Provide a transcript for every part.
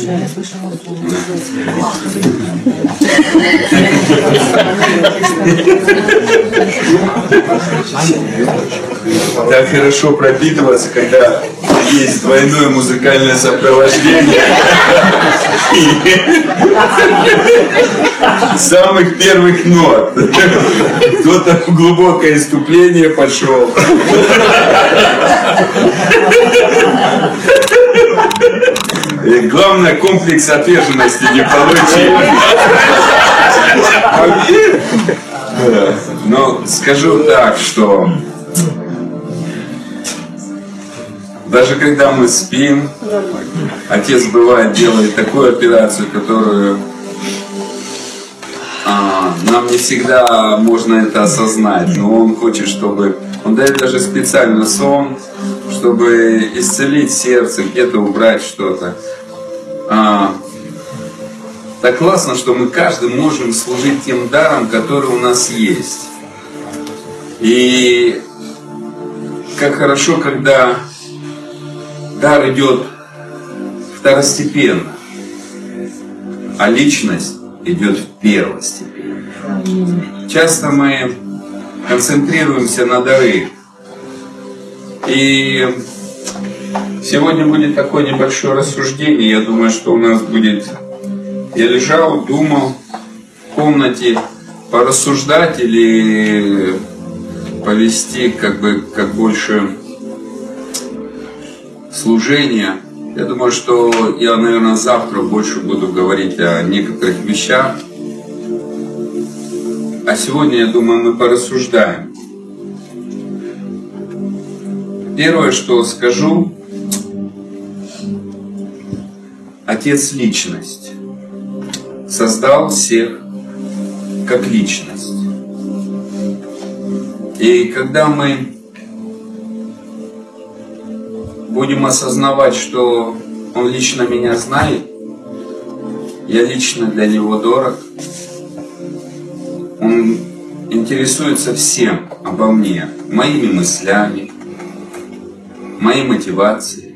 Так хорошо пропитываться, когда есть двойное музыкальное сопровождение. Самых первых нот. Кто-то в глубокое иступление пошел. И главное, комплекс отверженности не получил. Но скажу так, что даже когда мы спим, отец бывает делает такую операцию, которую нам не всегда можно это осознать, но он хочет, чтобы... Он дает даже специально сон, чтобы исцелить сердце, где-то убрать что-то. Так классно, что мы каждый можем служить тем даром, который у нас есть. И как хорошо, когда дар идет второстепенно, а личность идет в первостепенно. Часто мы концентрируемся на дары. И сегодня будет такое небольшое рассуждение. Я думаю, что у нас будет... Я лежал, думал в комнате порассуждать или повести как больше служения. Я думаю, что я, наверное, завтра больше буду говорить о некоторых вещах. А сегодня, я думаю, мы порассуждаем. Первое, что скажу, Отец — личность. Создал всех как личность. И когда мы будем осознавать, что Он лично меня знает, я лично для Него дорог, Он интересуется всем обо мне, моими мыслями, моей мотивацией.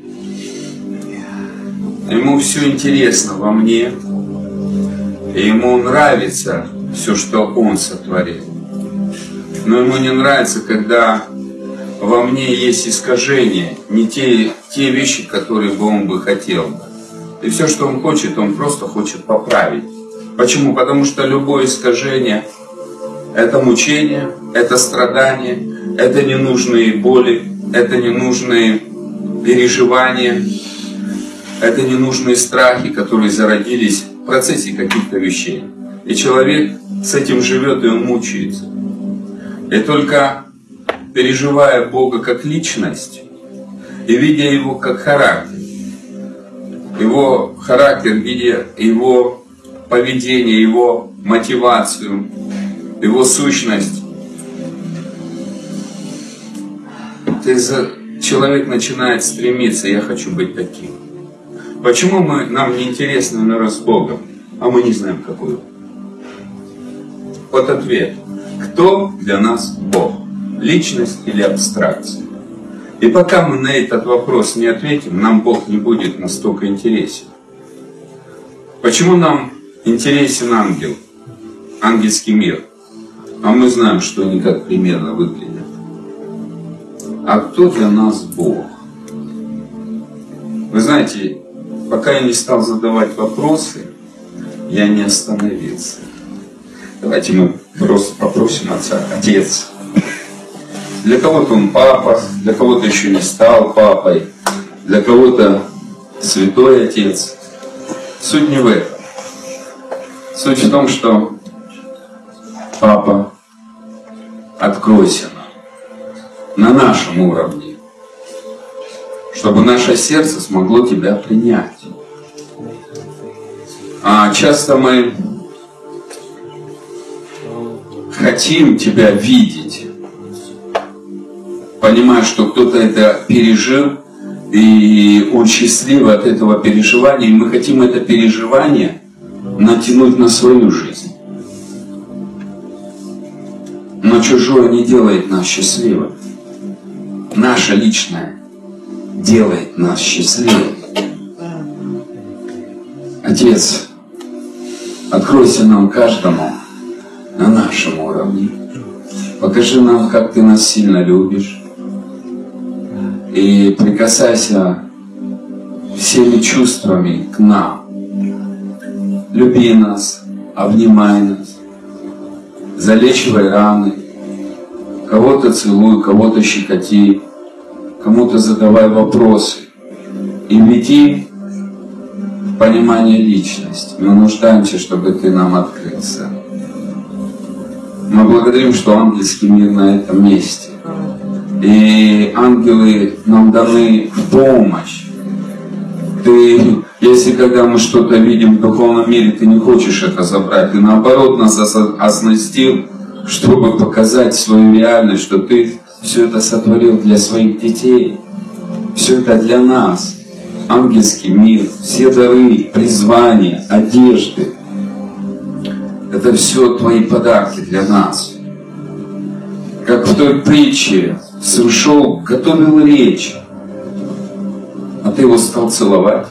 Ему все интересно во мне, и Ему нравится все, что Он сотворил. Но Ему не нравится, когда во мне есть искажения, не те вещи, которые бы Он бы хотел. И все, что Он хочет, Он просто хочет поправить. Почему? Потому что любое искажение — это мучение, это страдание, это ненужные боли, это ненужные переживания, это ненужные страхи, которые зародились в процессе каких-то вещей. И человек с этим живет, и он мучается. И только переживая Бога как личность и видя Его как характер, видя Его поведение, Его мотивацию, Его сущность, человек начинает стремиться: я хочу быть таким. Почему нам не интересно, наверное, с Богом, а мы не знаем, какой Он? Вот ответ. Кто для нас Бог? Личность или абстракция? И пока мы на этот вопрос не ответим, нам Бог не будет настолько интересен. Почему нам интересен ангел, ангельский мир? А мы знаем, что они как примерно выглядят. А кто для нас Бог? Вы знаете, пока я не стал задавать вопросы, я не остановился. Давайте мы просто попросим Отца: Отец. Для кого-то Он папа, для кого-то еще не стал папой, для кого-то Святой Отец. Суть не в этом. Суть в том, что Папа, откройся нам на нашем уровне, чтобы наше сердце смогло Тебя принять. А часто мы хотим Тебя видеть, понимая, что кто-то это пережил, и он счастлив от этого переживания, и мы хотим это переживание натянуть на свою жизнь. Но чужое не делает нас счастливым. Наше личное делает нас счастливым. Отец, откройся нам каждому на нашем уровне. Покажи нам, как Ты нас сильно любишь. И прикасайся всеми чувствами к нам. Люби нас, обнимай нас, залечивай раны. Кого-то целуй, кого-то щекоти, кому-то задавай вопросы. И веди в понимание личности. Мы нуждаемся, чтобы Ты нам открылся. Мы благодарим, что ангельский мир на этом месте. И ангелы нам даны в помощь. Ты, если когда мы что-то видим в духовном мире, Ты не хочешь это забрать. Ты наоборот нас оснастил, чтобы показать свою реальность, что Ты все это сотворил для своих детей. Все это для нас. Ангельский мир, все дары, призвания, одежды. Это все Твои подарки для нас. Как в той притче, сын шел, готовил речь, а Ты его стал целовать,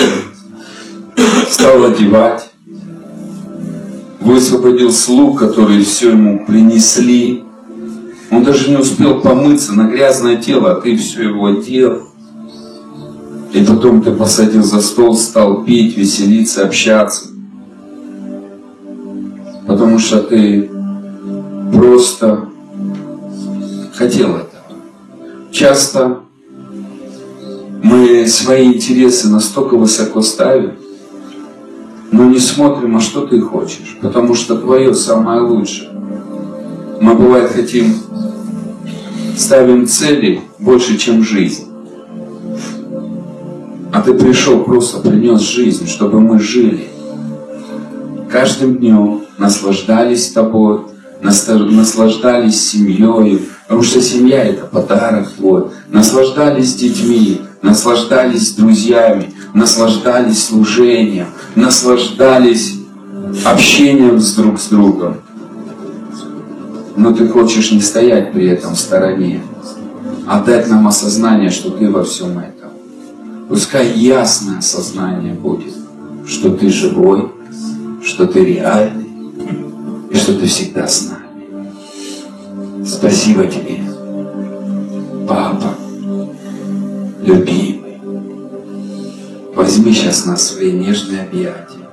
стал одевать, высвободил слуг, которые все ему принесли. Он даже не успел помыться на грязное тело, а Ты все его одел. И потом Ты посадил за стол, стал пить, веселиться, общаться. Потому что Ты просто хотел этого. Часто мы свои интересы настолько высоко ставим, но не смотрим, а что Ты хочешь. Потому что Твое самое лучшее. Мы, бывает, ставим цели больше, чем жизнь. А Ты пришел, просто принес жизнь, чтобы мы жили. Каждым днем наслаждались Тобой, наслаждались семьей, потому что семья — это подарок Твой. Наслаждались детьми, наслаждались друзьями, наслаждались служением, наслаждались общением друг с другом. Но Ты хочешь не стоять при этом в стороне, а дать нам осознание, что Ты во всем этом. Пускай ясное сознание будет, что Ты живой, что Ты реальный и что Ты всегда с нами. Спасибо Тебе, Папа, любимый. Возьми сейчас нас в свои нежные объятия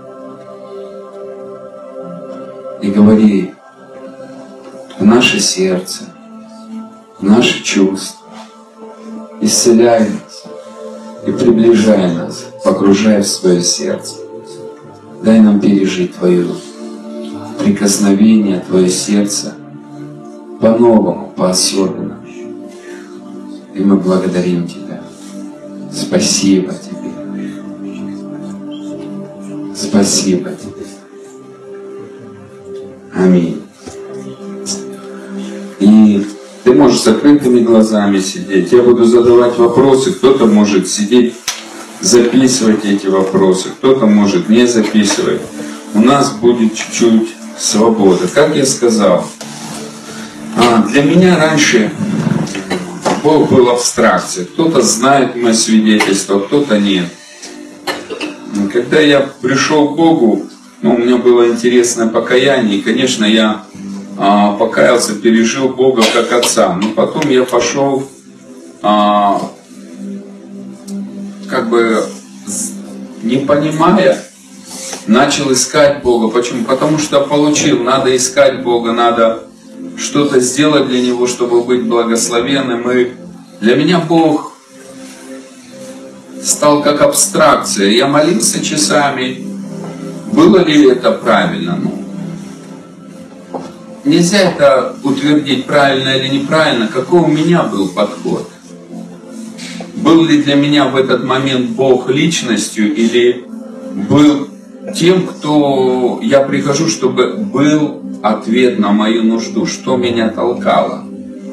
и говори в наше сердце, в наши чувства, исцеляй нас и приближай нас, погружай в свое сердце. Дай нам пережить Твое прикосновение, Твое сердце по-новому, по-особенному. И мы благодарим Тебя. Спасибо Тебе. Спасибо Тебе. Аминь. И Ты можешь с закрытыми глазами сидеть. Я буду задавать вопросы. Кто-то может сидеть, записывать эти вопросы. Кто-то может не записывать. У нас будет чуть-чуть свободы. Как я сказал, для меня раньше Бог был абстракцией. Кто-то знает мое свидетельство, кто-то нет. Когда я пришел к Богу, у меня было интересное покаяние. И, конечно, я покаялся, пережил Бога как Отца. Но потом я пошел, не понимая, начал искать Бога. Почему? Потому что получил, надо искать Бога, надо что-то сделать для Него, чтобы быть благословенным. И для меня Бог стал как абстракция. Я молился часами. Было ли это правильно? Нельзя это утвердить, правильно или неправильно. Какой у меня был подход? Был ли для меня в этот момент Бог личностью или был тем, кто я прихожу, чтобы был ответ на мою нужду, что меня толкало.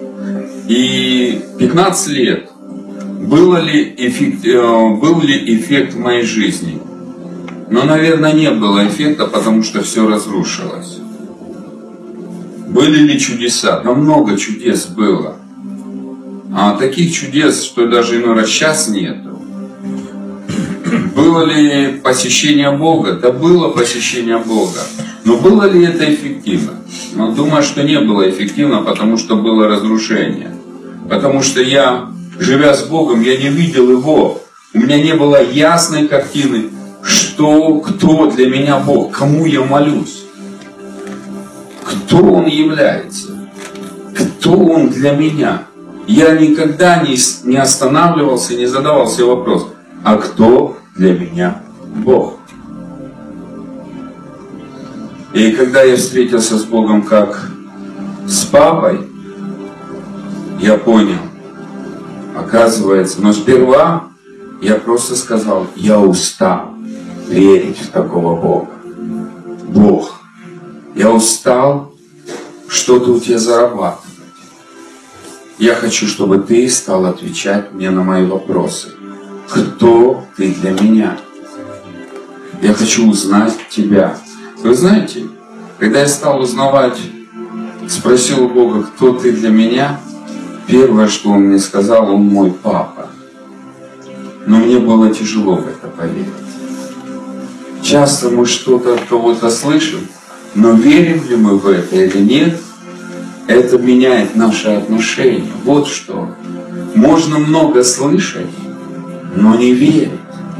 И 15 лет был ли эффект в моей жизни? Но, наверное, не было эффекта, потому что все разрушилось. Были ли чудеса? Да много чудес было. А таких чудес, что даже иной раз сейчас нету. Было ли посещение Бога? Да, было посещение Бога. Но было ли это эффективно? Ну, думаю, что не было эффективно, потому что было разрушение. Потому что я, живя с Богом, я не видел Его. У меня не было ясной картины, кто для меня Бог, кому я молюсь, кто Он является, кто Он для меня. Я никогда не останавливался, не задавался вопрос, а кто для меня Бог? И когда я встретился с Богом как с папой, я понял, оказывается, но сперва я просто сказал, я устал верить в такого Бога. Бог, я устал что-то у тебя зарабатывать. Я хочу, чтобы ты стал отвечать мне на мои вопросы. Кто ты для меня? Я хочу узнать тебя. Вы знаете, когда я стал узнавать, спросил у Бога, кто ты для меня, первое, что Он мне сказал, Он мой папа. Но мне было тяжело в это поверить. Часто мы что-то от кого-то слышим, но верим ли мы в это или нет, это меняет наши отношения. Вот что. Можно много слышать, но не верить.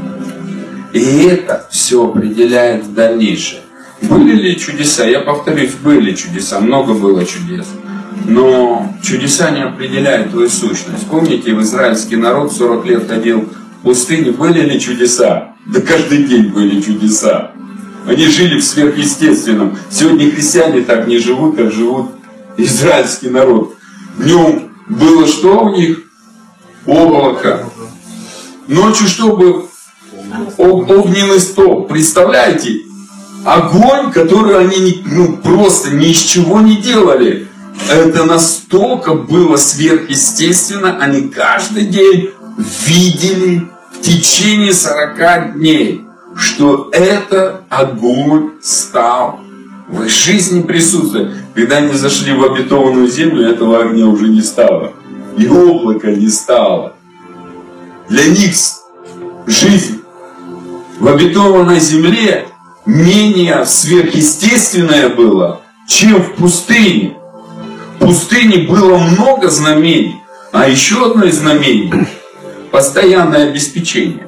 И это все определяет в дальнейшем. Были ли чудеса? Я повторюсь, были чудеса, много было чудес. Но чудеса не определяют твою сущность. Помните, в израильский народ 40 лет ходил в пустыне, были ли чудеса? Да каждый день были чудеса. Они жили в сверхъестественном. Сегодня христиане так не живут, как живут израильский народ. Днем было что у них? Облако. Ночью что был? Огненный столб. Представляете? Огонь, который они просто ни из чего не делали. Это настолько было сверхъестественно. Они каждый день видели в течение 40 дней, что этот огонь стал в их жизни присутствовать. Когда они зашли в обетованную землю, этого огня уже не стало. И облака не стало. Для них жизнь в обетованной земле менее сверхъестественное было, чем в пустыне. В пустыне было много знамений, а еще одно из знамений – постоянное обеспечение.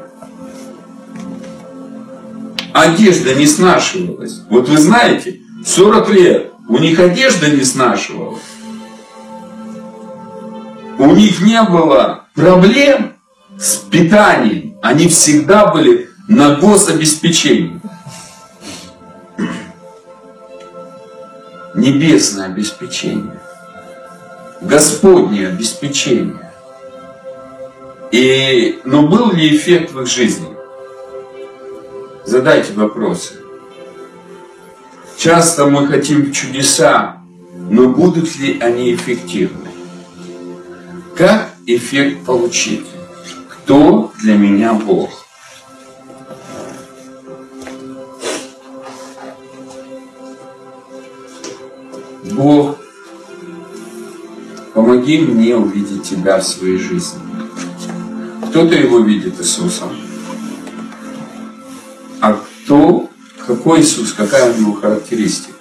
Одежда не снашивалась. Вот вы знаете, 40 лет у них одежда не снашивалась. У них не было проблем с питанием. Они всегда были на гособеспечении. Небесное обеспечение. Господнее обеспечение. Но был ли эффект в их жизни? Задайте вопросы. Часто мы хотим чудеса, но будут ли они эффективны? Как эффект получить? Кто для меня Бог? Бог, помоги мне увидеть Тебя в своей жизни. Кто-то его видит Иисусом. А какой Иисус, какая у него характеристика?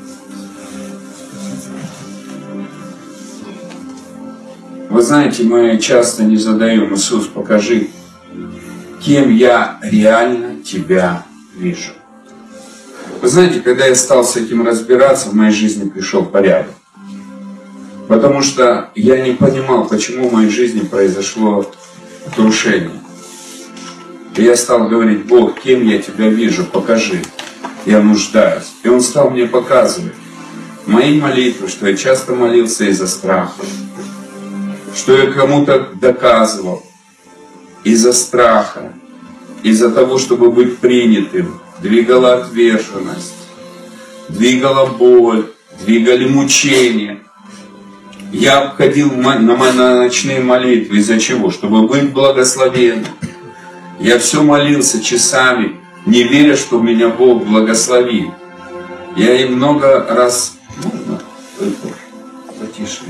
Вы знаете, мы часто не задаем: Иисус, покажи, кем я реально Тебя вижу. Вы знаете, когда я стал с этим разбираться, в моей жизни пришел порядок. Потому что я не понимал, почему в моей жизни произошло крушение. И я стал говорить: Бог, кем я Тебя вижу, покажи, я нуждаюсь. И Он стал мне показывать мои молитвы, что я часто молился из-за страха, что я кому-то доказывал из-за страха, из-за того, чтобы быть принятым, двигала отверженность, двигала боль, двигали мучения. Я обходил на ночные молитвы из-за чего? Чтобы быть благословенным. Я все молился часами, не веря, что меня Бог благословит. Я и много раз... Можно потише?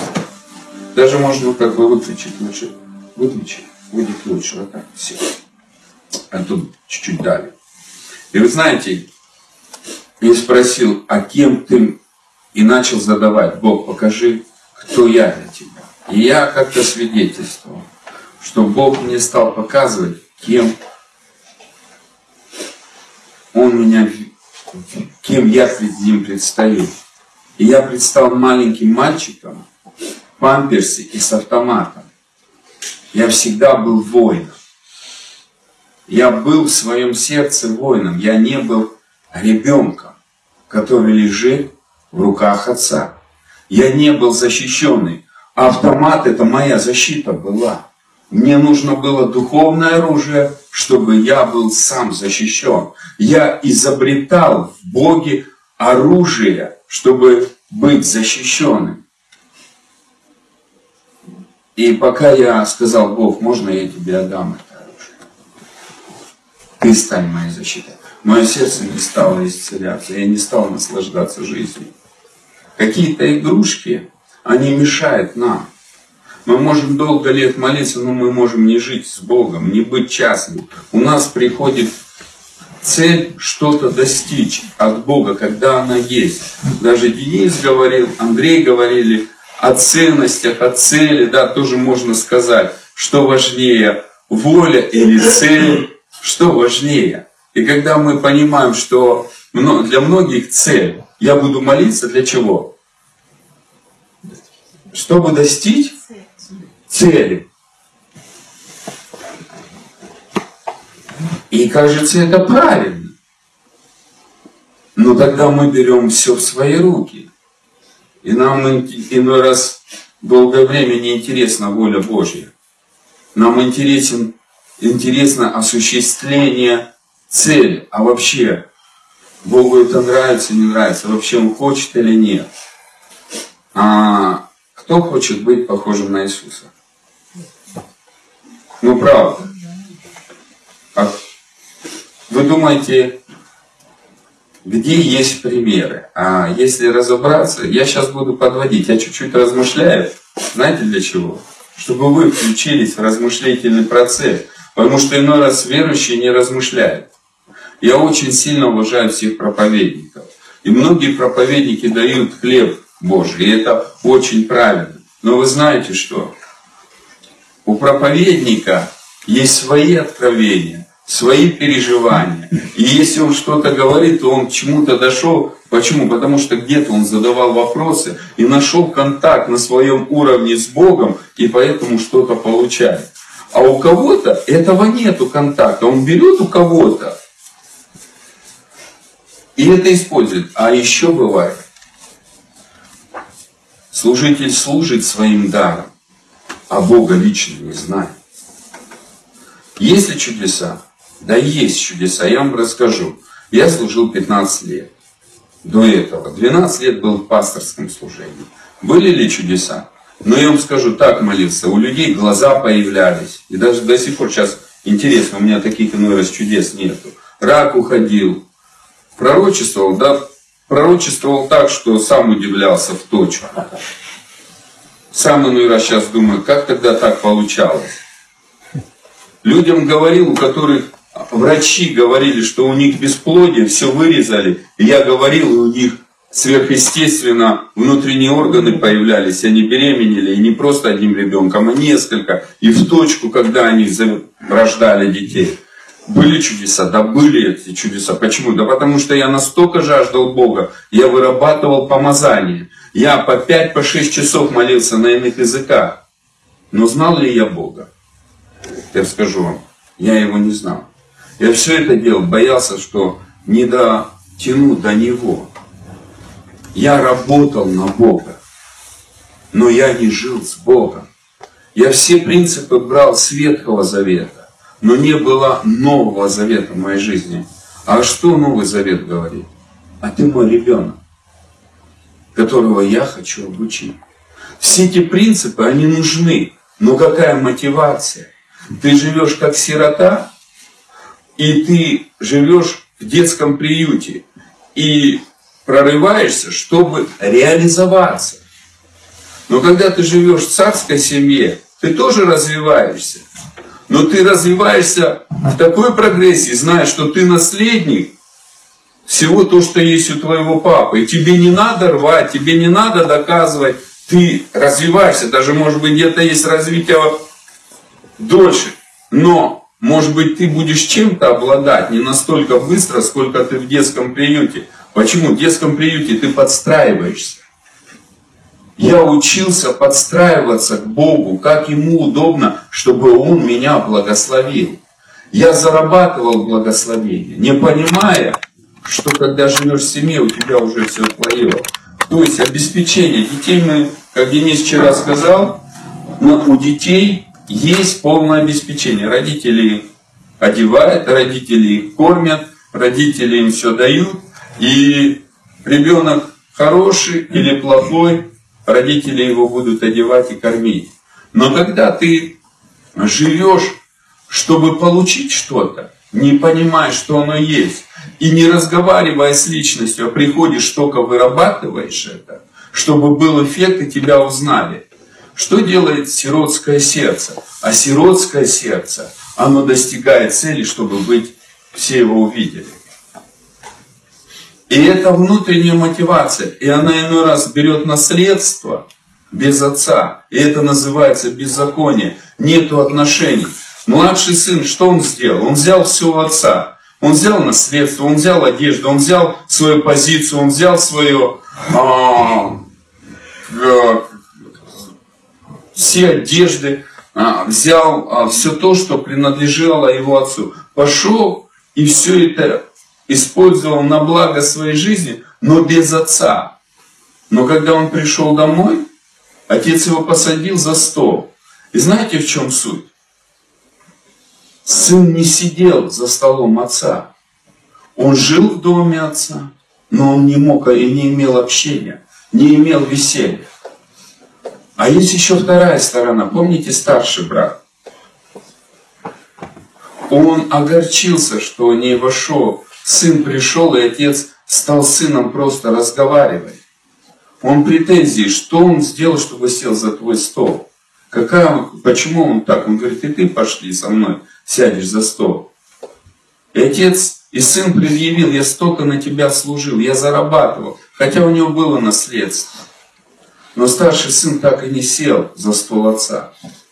Даже можно как бы выключить лучше. Выключить будет лучше. Вот так. Все. А тут чуть-чуть далее. И вы знаете, я спросил, а кем ты? И начал задавать: Бог, покажи, кто я для тебя. И я как-то свидетельствовал, что Бог мне стал показывать, кем Он меня, кем я перед Ним предстаю. И я предстал маленьким мальчиком в памперсе и с автоматом. Я всегда был воином. Я был в своем сердце воином. Я не был ребенком, который лежит в руках отца. Я не был защищенный. Автомат — это моя защита была. Мне нужно было духовное оружие, чтобы я был сам защищен. Я изобретал в Боге оружие, чтобы быть защищенным. И пока я сказал: Бог, можно я тебе отдам это оружие? Ты стань моей защитой. Мое сердце не стало исцеляться, я не стал наслаждаться жизнью. Какие-то игрушки, они мешают нам. Мы можем долго лет молиться, но мы можем не жить с Богом, не быть частным. У нас приходит цель что-то достичь от Бога, когда она есть. Даже Денис говорил, Андрей говорили о ценностях, о цели, да, тоже можно сказать, что важнее, воля или цель, что важнее. И когда мы понимаем, что для многих цель, я буду молиться для чего? Чтобы достичь цели. И кажется, это правильно. Но тогда мы берем все в свои руки. И нам иной раз долгое время не интересна воля Божья. Нам интересно осуществление цели. А вообще, Богу это нравится, не нравится, вообще Он хочет или нет. А кто хочет быть похожим на Иисуса? Ну, правда. Вы думаете, где есть примеры? А если разобраться, я сейчас буду подводить, я чуть-чуть размышляю. Знаете для чего? Чтобы вы включились в размышлительный процесс. Потому что иной раз верующие не размышляют. Я очень сильно уважаю всех проповедников. И многие проповедники дают хлеб Божий. И это очень правильно. Но вы знаете что? У проповедника есть свои откровения, свои переживания. И если он что-то говорит, то он к чему-то дошел. Почему? Потому что где-то он задавал вопросы и нашел контакт на своем уровне с Богом, и поэтому что-то получает. А у кого-то этого нету контакта. Он берет у кого-то и это использует. А еще бывает, служитель служит своим даром, а Бога лично не знает. Есть ли чудеса? Да есть чудеса, я вам расскажу. Я служил 15 лет. До этого 12 лет был в пасторском служении. Были ли чудеса? Но я вам скажу, так молился. У людей глаза появлялись. И даже до сих пор сейчас интересно, у меня таких иной раз чудес нету. Рак уходил. Пророчествовал, да? Пророчествовал так, что сам удивлялся в точку. Сам иной раз сейчас думаю, как тогда так получалось? Людям говорил, у которых врачи говорили, что у них бесплодие, все вырезали. И я говорил, и у них сверхъестественно внутренние органы появлялись, они беременели, и не просто одним ребенком, а несколько. И в точку, когда они рождали детей. Были чудеса? Да, были эти чудеса. Почему? Да потому что я настолько жаждал Бога, я вырабатывал помазание. Я по 5-6 часов молился на иных языках. Но знал ли я Бога? Я скажу вам, я Его не знал. Я все это делал, боялся, что не дотяну до Него. Я работал на Бога, но я не жил с Богом. Я все принципы брал с Ветхого Завета, но не было Нового Завета в моей жизни. А что Новый Завет говорит? А ты мой ребенок, которого я хочу обучить. Все эти принципы, они нужны, но какая мотивация? Ты живешь как сирота, и ты живешь в детском приюте, и прорываешься, чтобы реализоваться. Но когда ты живешь в царской семье, ты тоже развиваешься. Но ты развиваешься в такой прогрессии, зная, что ты наследник всего то, что есть у твоего папы. И тебе не надо рвать, тебе не надо доказывать. Ты развиваешься, даже может быть где-то есть развитие дольше. Но, может быть, ты будешь чем-то обладать не настолько быстро, сколько ты в детском приюте. Почему? В детском приюте ты подстраиваешься. Я учился подстраиваться к Богу, как Ему удобно, чтобы Он меня благословил. Я зарабатывал благословение, не понимая, что когда живешь в семье, у тебя уже все твое. То есть обеспечение детей мы, как Денис вчера сказал, у детей есть полное обеспечение. Родители их одевают, родители их кормят, родители им все дают. И ребенок хороший или плохой, родители его будут одевать и кормить. Но когда ты живешь, чтобы получить что-то, не понимая, что оно есть, и не разговаривая с личностью, а приходишь, только вырабатываешь это, чтобы был эффект и тебя узнали. Что делает сиротское сердце? А сиротское сердце, оно достигает цели, чтобы все его увидели. И это внутренняя мотивация. И она иной раз берет наследство без отца. И это называется беззаконие. Нету отношений. Младший сын, что он сделал? Он взял все у отца. Он взял наследство, он взял одежду, он взял свою позицию, он взял свое... все одежды, взял все то, что принадлежало его отцу. Пошел и все это использовал на благо своей жизни, но без отца. Но когда он пришел домой, отец его посадил за стол. И знаете, в чем суть? Сын не сидел за столом отца. Он жил в доме отца, но он не мог и не имел общения, не имел веселья. А есть еще вторая сторона. Помните старший брат? Он огорчился, что не вошел. Сын пришел, и отец стал с сыном просто разговаривать. Он претензии, что он сделал, чтобы сел за твой стол? Почему он так? Он говорит, и ты пошли со мной, сядешь за стол. И отец, и сын предъявил, я столько на тебя служил, я зарабатывал. Хотя у него было наследство. Но старший сын так и не сел за стол отца.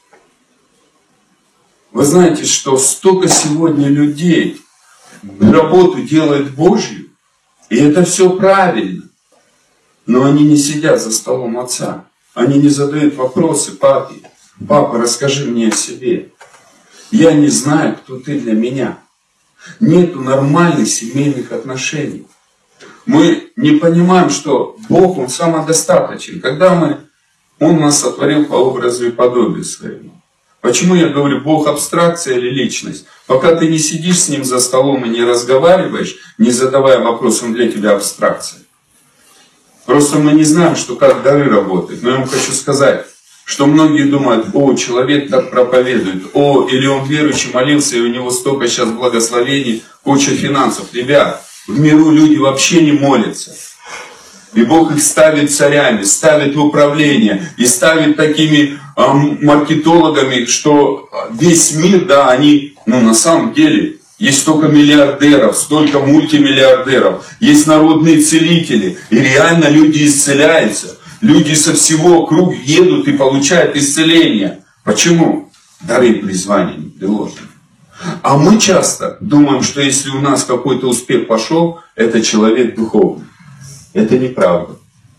Вы знаете, что столько сегодня людей работу делают Божью, и это все правильно. Но они не сидят за столом отца. Они не задают вопросы папе. Папа, расскажи мне о себе. Я не знаю, кто ты для меня. Нету нормальных семейных отношений. Мы не понимаем, что Бог, Он самодостаточен. Когда Он нас сотворил по образу и подобию своему. Почему я говорю, Бог абстракция или личность? Пока ты не сидишь с Ним за столом и не разговариваешь, не задавая вопрос, Он для тебя абстракция. Просто мы не знаем, что как дары работают. Но я вам хочу сказать, что многие думают, человек так проповедует, или он верующий, молился, и у него столько сейчас благословений, куча финансов. Ребят, в миру люди вообще не молятся. И Бог их ставит царями, ставит в управление, и ставит такими маркетологами, что весь мир, да, они, на самом деле, есть столько миллиардеров, столько мультимиллиардеров, есть народные целители, и реально люди исцеляются. Люди со всего округа едут и получают исцеление. Почему? Дары и призвания не приложены. А мы часто думаем, что если у нас какой-то успех пошел, это человек духовный. Это неправда.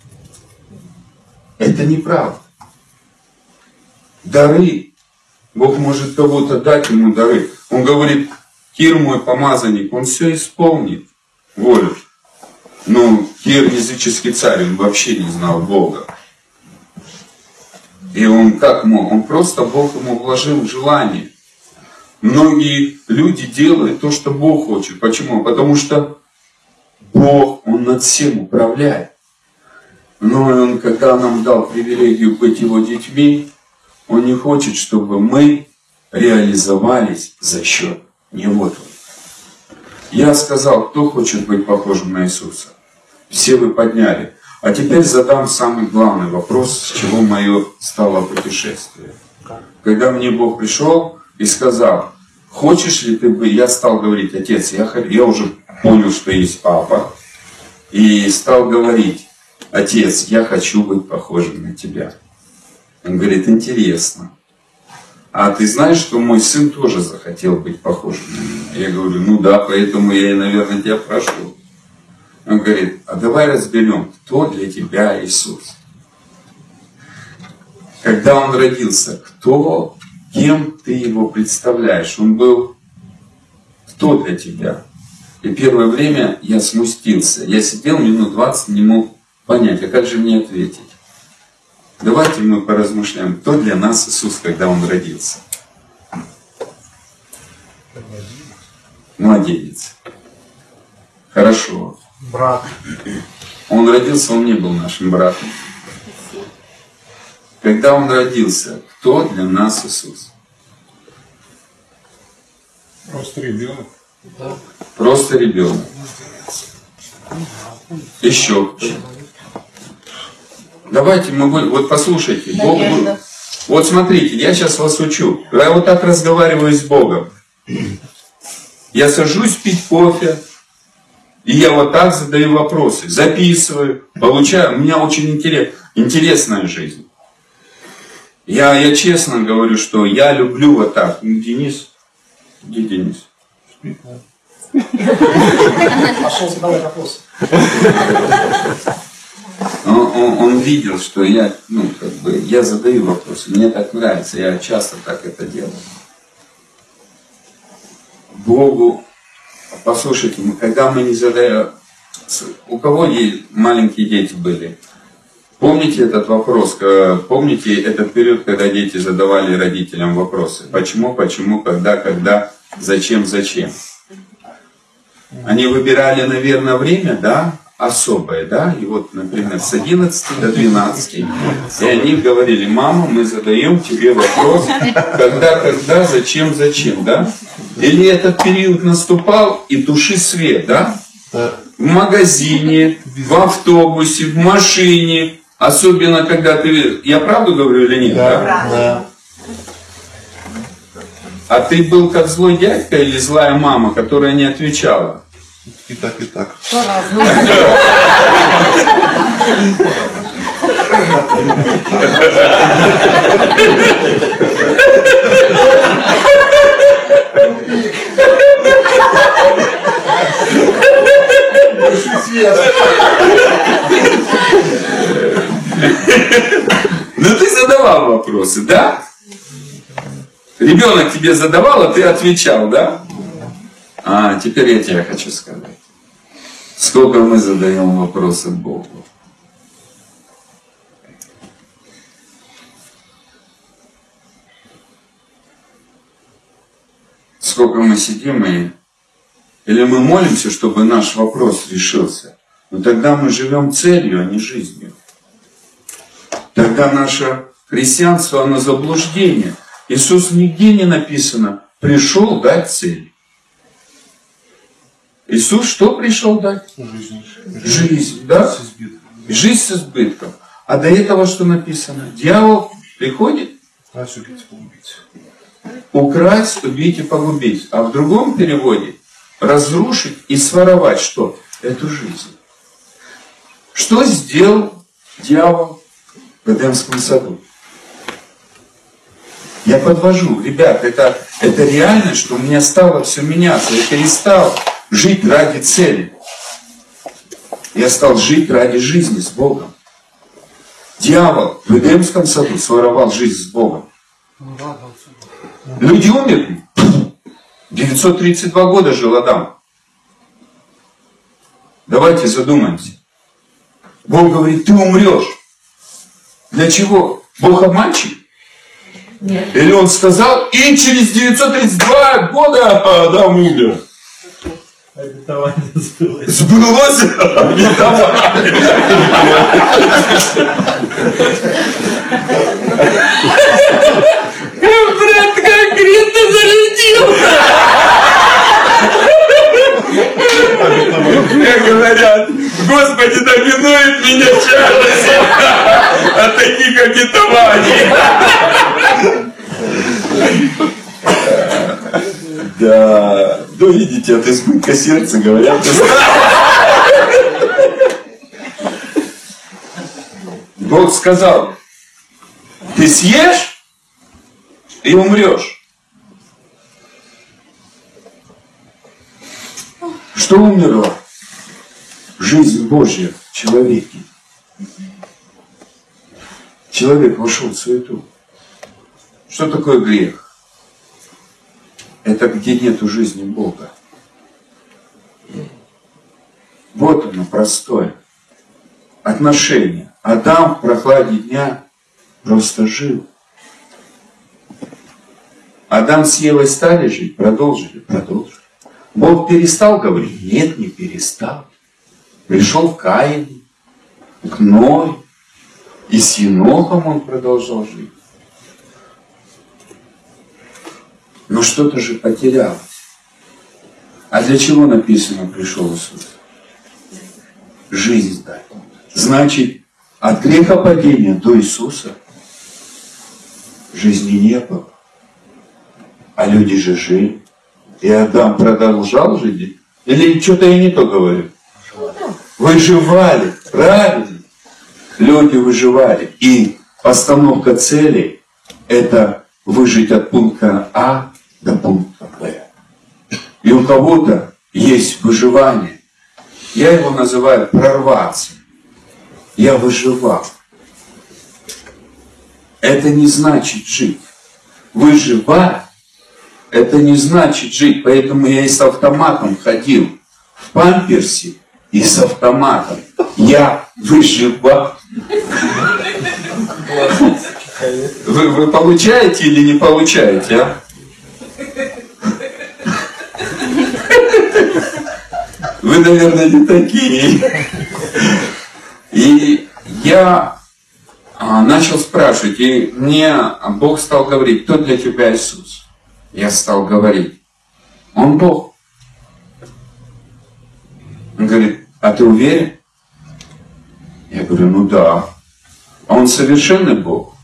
Это неправда. Дары. Бог может кого-то дать ему дары. Он говорит, Кир мой помазанник, он все исполнит волю. Но Кир языческий царь, он вообще не знал Бога. И он как мог? Он просто, Бог ему вложил желание. Многие люди делают то, что Бог хочет. Почему? Потому что Бог, Он над всем управляет. Но Он, когда нам дал привилегию быть Его детьми, Он не хочет, чтобы мы реализовались за счет Него. Я сказал, кто хочет быть похожим на Иисуса? Все вы подняли. А теперь задам самый главный вопрос, с чего мое стало путешествие. Когда мне Бог пришел, и сказал: хочешь ли ты быть? Я стал говорить: отец, я уже понял, что есть папа. И стал говорить: отец, я хочу быть похожим на тебя. Он говорит: интересно. А ты знаешь, что мой сын тоже захотел быть похожим на меня? Я говорю: ну да, поэтому я и, наверное, тебя прошу. Он говорит: а давай разберем, кто для тебя Иисус. Когда он родился, кем ты его представляешь? Он был кто для тебя? И первое время я смустился. Я сидел минут 20, не мог понять, а как же мне ответить? Давайте мы поразмышляем, кто для нас Иисус, когда Он родился. Младенец. Хорошо. Брат. Он родился, он не был нашим братом. Когда Он родился, кто для нас Иисус? Просто ребенок. Просто ребенок. Еще кто? Давайте мы будем... Вот послушайте. Бог... Вот смотрите, я сейчас вас учу. Я вот так разговариваю с Богом. Я сажусь пить кофе, и я вот так задаю вопросы. Записываю, получаю. У меня очень интересная жизнь. Я честно говорю, что я люблю вот так. Денис? Где Денис? Пошел задавать вопросы. Он видел, что я задаю вопросы. Мне так нравится, я часто так это делаю. Богу, послушайте, когда мы не задаем... У кого маленькие дети были? Помните этот вопрос? Помните этот период, когда дети задавали родителям вопросы? Почему, когда, зачем? Они выбирали, наверное, время, да? Особое, да? И вот, например, с 11 до 12. И они говорили: мама, мы задаем тебе вопрос, когда, зачем, да? Или этот период наступал, и туши свет, да? В магазине, в автобусе, в машине. Особенно, когда ты... Я правду говорю или нет? Да. А ты был как злой дядька или злая мама, которая не отвечала? И так, и так. Ну ты задавал вопросы, да? Ребенок тебе задавал, а ты отвечал, да? А теперь я тебе хочу сказать. Сколько мы задаем вопросы Богу. Сколько мы сидим или мы молимся, чтобы наш вопрос решился. Но тогда мы живем целью, а не жизнью. Тогда наше христианство, оно заблуждение. Иисус нигде не написано: пришел дать цель. Иисус что пришел дать? Жизнь, да? Жизнь с избытком. А до этого что написано? Дьявол приходит украсть, убить и погубить. А в другом переводе разрушить и своровать что? Эту жизнь. Что сделал дьявол в Эдемском саду? Я подвожу, ребят, это реально, что у меня стало все меняться. Я перестал жить ради цели. Я стал жить ради жизни с Богом. Дьявол в Эдемском саду своровал жизнь с Богом. Люди умерли. 932 года жил Адам. Давайте задумаемся. Бог говорит: ты умрешь. Для чего? Бог обманщик? Нет. Или он сказал, и через 932 года Адам умер. Обетование сбылось. Сбылось обетование. Брат конкретно зарядил. Мне говорят: Господи, да минует меня чашь от таких обетований. Да, ну видите, от избытка сердца говорят. Бог сказал, ты съешь и умрешь. Что умерло? Жизнь Божья в человеке. Человек вошел в суету. Что такое грех? Это где нету жизни Бога. Вот оно простое. Отношение. Адам в прохладе дня просто жил. Адам с Евой стали жить, продолжили. Бог перестал говорить? Нет, не перестал. Пришел Каин, к Ной, и с Енохом он продолжал жить. Но что-то же потерялось. А для чего написано пришел Иисус? Жизнь дать. Значит, от грехопадения до Иисуса жизни не было. А люди же жили. И Адам продолжал жить? Или что-то я не то говорю? Выживали, правильно. Люди выживали. И постановка целей – это выжить от пункта А до пункта Б. И у кого-то есть выживание. Я его называю прорваться. Я выживал. Это не значит жить. Выживать – это не значит жить. Поэтому я и с автоматом ходил в памперсе и с автоматом. Я выживал. Вы получаете или не получаете, а? Вы, наверное, не такие. И я начал спрашивать, и мне Бог стал говорить, кто для тебя Иисус? Я стал говорить, Он Бог. Он говорит, а ты уверен? Я говорю, ну да. А Он совершенный Бог?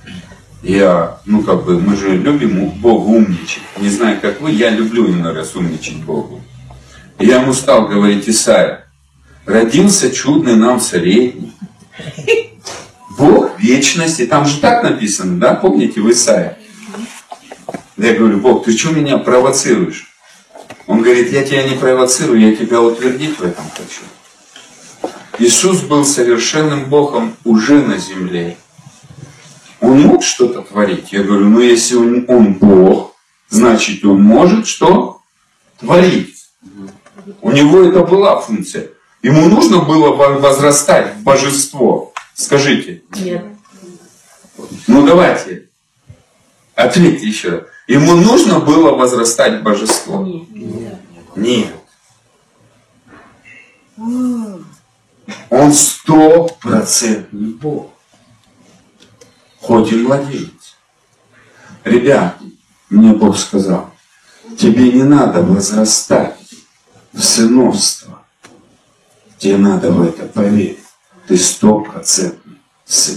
Мы же любим Богу умничать. Не знаю, как вы, я люблю иной раз умничать Богу. И я ему стал говорить, Исайя, родился чудный нам советник. Бог вечности. Там же так написано, да? Помните в Исаии? Я говорю, Бог, ты что меня провоцируешь? Он говорит, я тебя не провоцирую, я тебя утвердить в этом хочу. Иисус был совершенным Богом уже на земле. Он мог что-то творить? Я говорю, если он Бог, значит Он может что? Творить. У него это была функция. Ему нужно было возрастать в божество. Скажите. Нет. Ну давайте. Ответьте еще раз. Ему нужно было возрастать в божество? Нет. Он 100% Бог. Хоть и младенец. Ребят, мне Бог сказал, тебе не надо возрастать в сыновство. Тебе надо в это поверить. Ты 100% сын.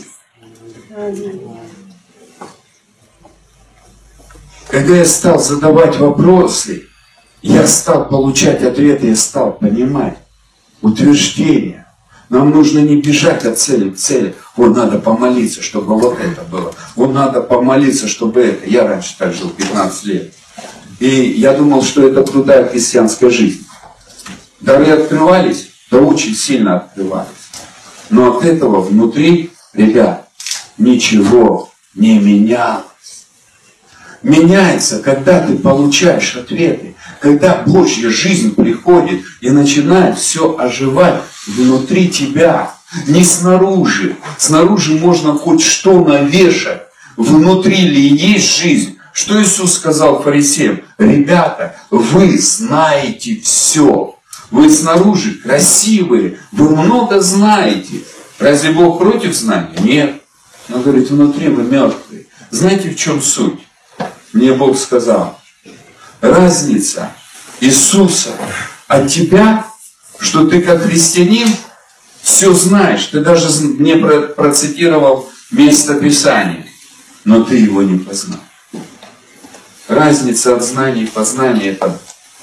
Когда я стал задавать вопросы, я стал получать ответы, я стал понимать утверждения. Нам нужно не бежать от цели к цели. Вот надо помолиться, чтобы вот это было. Вот надо помолиться, чтобы это. Я раньше так жил, 15 лет. И я думал, что это крутая христианская жизнь. Дары открывались, да очень сильно открывались. Но от этого внутри, ребят, ничего не менялось. Меняется, когда ты получаешь ответы, когда Божья жизнь приходит и начинает все оживать внутри тебя, не снаружи. Снаружи можно хоть что навешать, внутри ли есть жизнь. Что Иисус сказал фарисеям? Ребята, вы знаете все. Вы снаружи красивые, вы много знаете. Разве Бог против знания? Нет. Он говорит, внутри вы мертвые. Знаете, в чем суть? Мне Бог сказал, разница Иисуса от тебя, что ты как христианин все знаешь. Ты даже мне процитировал место Писания, но ты его не познал. разница от знаний и познания это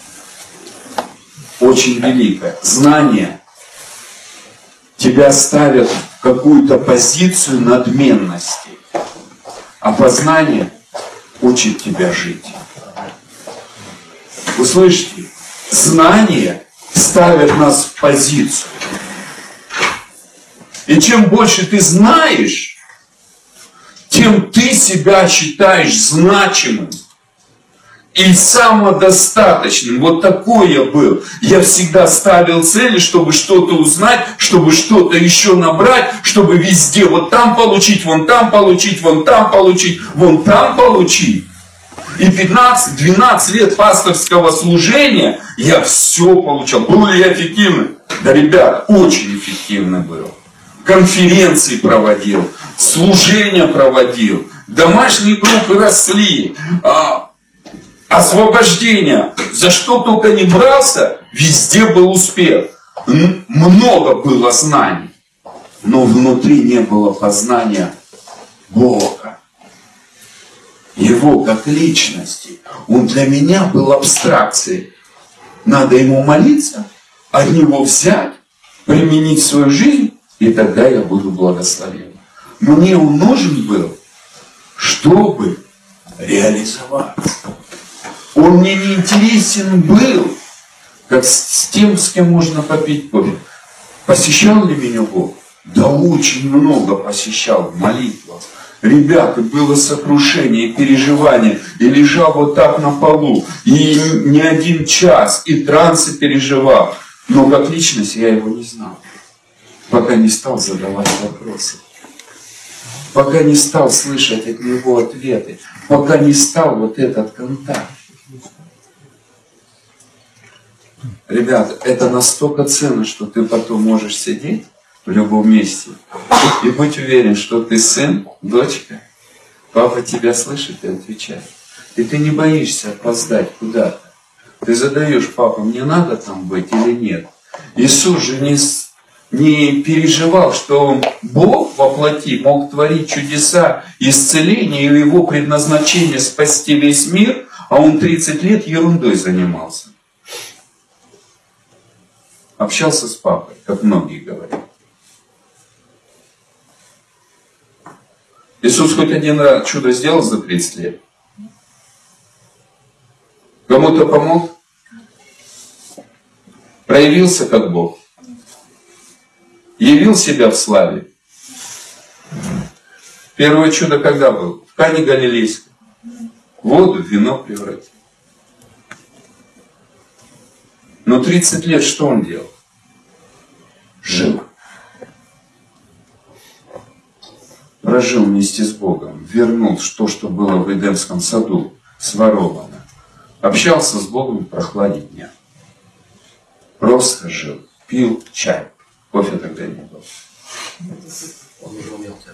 очень великая. Знание тебя ставят в какую-то позицию надменности, а познание учит тебя жить. Вы слышите? Знание ставит нас в позицию. И чем больше ты знаешь, тем ты себя считаешь значимым и самодостаточным. Вот такой я был. Я всегда ставил цели, чтобы что-то узнать, чтобы что-то еще набрать, чтобы везде вот там получить, вон там получить, вон там получить, вон там получить. И 15-12 лет пасторского служения я все получал. Был ли я эффективным? Да, ребят, очень эффективно был. Конференции проводил, служения проводил, домашние группы росли, освобождение. За что только не брался, везде был успех. Много было знаний, но внутри не было познания Бога. Его как личности. Он для меня был абстракцией. Надо ему молиться, от него взять, применить в свою жизнь, и тогда я буду благословен. Мне он нужен был, чтобы реализоваться. Он мне не интересен был, как с тем, с кем можно попить кофе. Посещал ли меня Бог? Да очень много посещал в молитвах. Ребята, было сокрушение и переживание, и лежал вот так на полу, и не один час, и трансы переживал. Но как личность я его не знал, пока не стал задавать вопросы, пока не стал слышать от него ответы, пока не стал вот этот контакт. Ребята, это настолько ценно, что ты потом можешь сидеть в любом месте и быть уверен, что ты сын, дочка, папа тебя слышит и отвечает. И ты не боишься опоздать куда-то. Ты задаешь: папа, мне надо там быть или нет? Иисус же не переживал, что Бог во плоти мог творить чудеса, исцеления, или его предназначение спасти весь мир, а он 30 лет ерундой занимался. Общался с папой, как многие говорят. Иисус хоть один раз чудо сделал за 30 лет? Кому-то помог? Проявился как Бог? Явил себя в славе? Первое чудо когда было? В Кане Галилейской. Воду в вино превратил. Но 30 лет что он делал? Жил. Прожил вместе с Богом. Вернул то, что было в Эдемском саду, своровано. Общался с Богом в прохладе дня. Просто жил. Пил чай. Кофе тогда не было. Он уже умел тебя.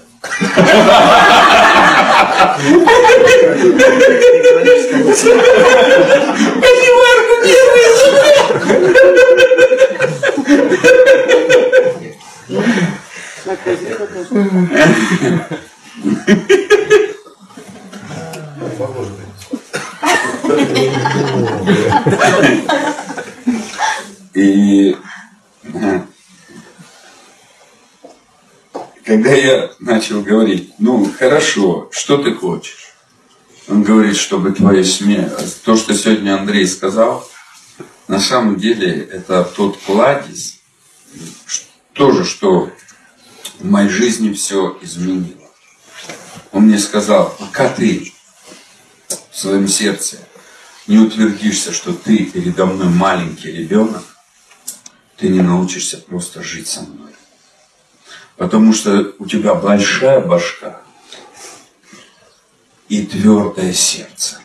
И когда я начал говорить: ну хорошо, что ты хочешь? Он говорит, чтобы твоя смерть, то, что сегодня Андрей сказал, на самом деле это тот кладезь, тоже, что в моей жизни все изменило. Он мне сказал: пока ты в своем сердце не утвердишься, что ты передо мной маленький ребенок, ты не научишься просто жить со мной. Потому что у тебя большая башка и твердое сердце.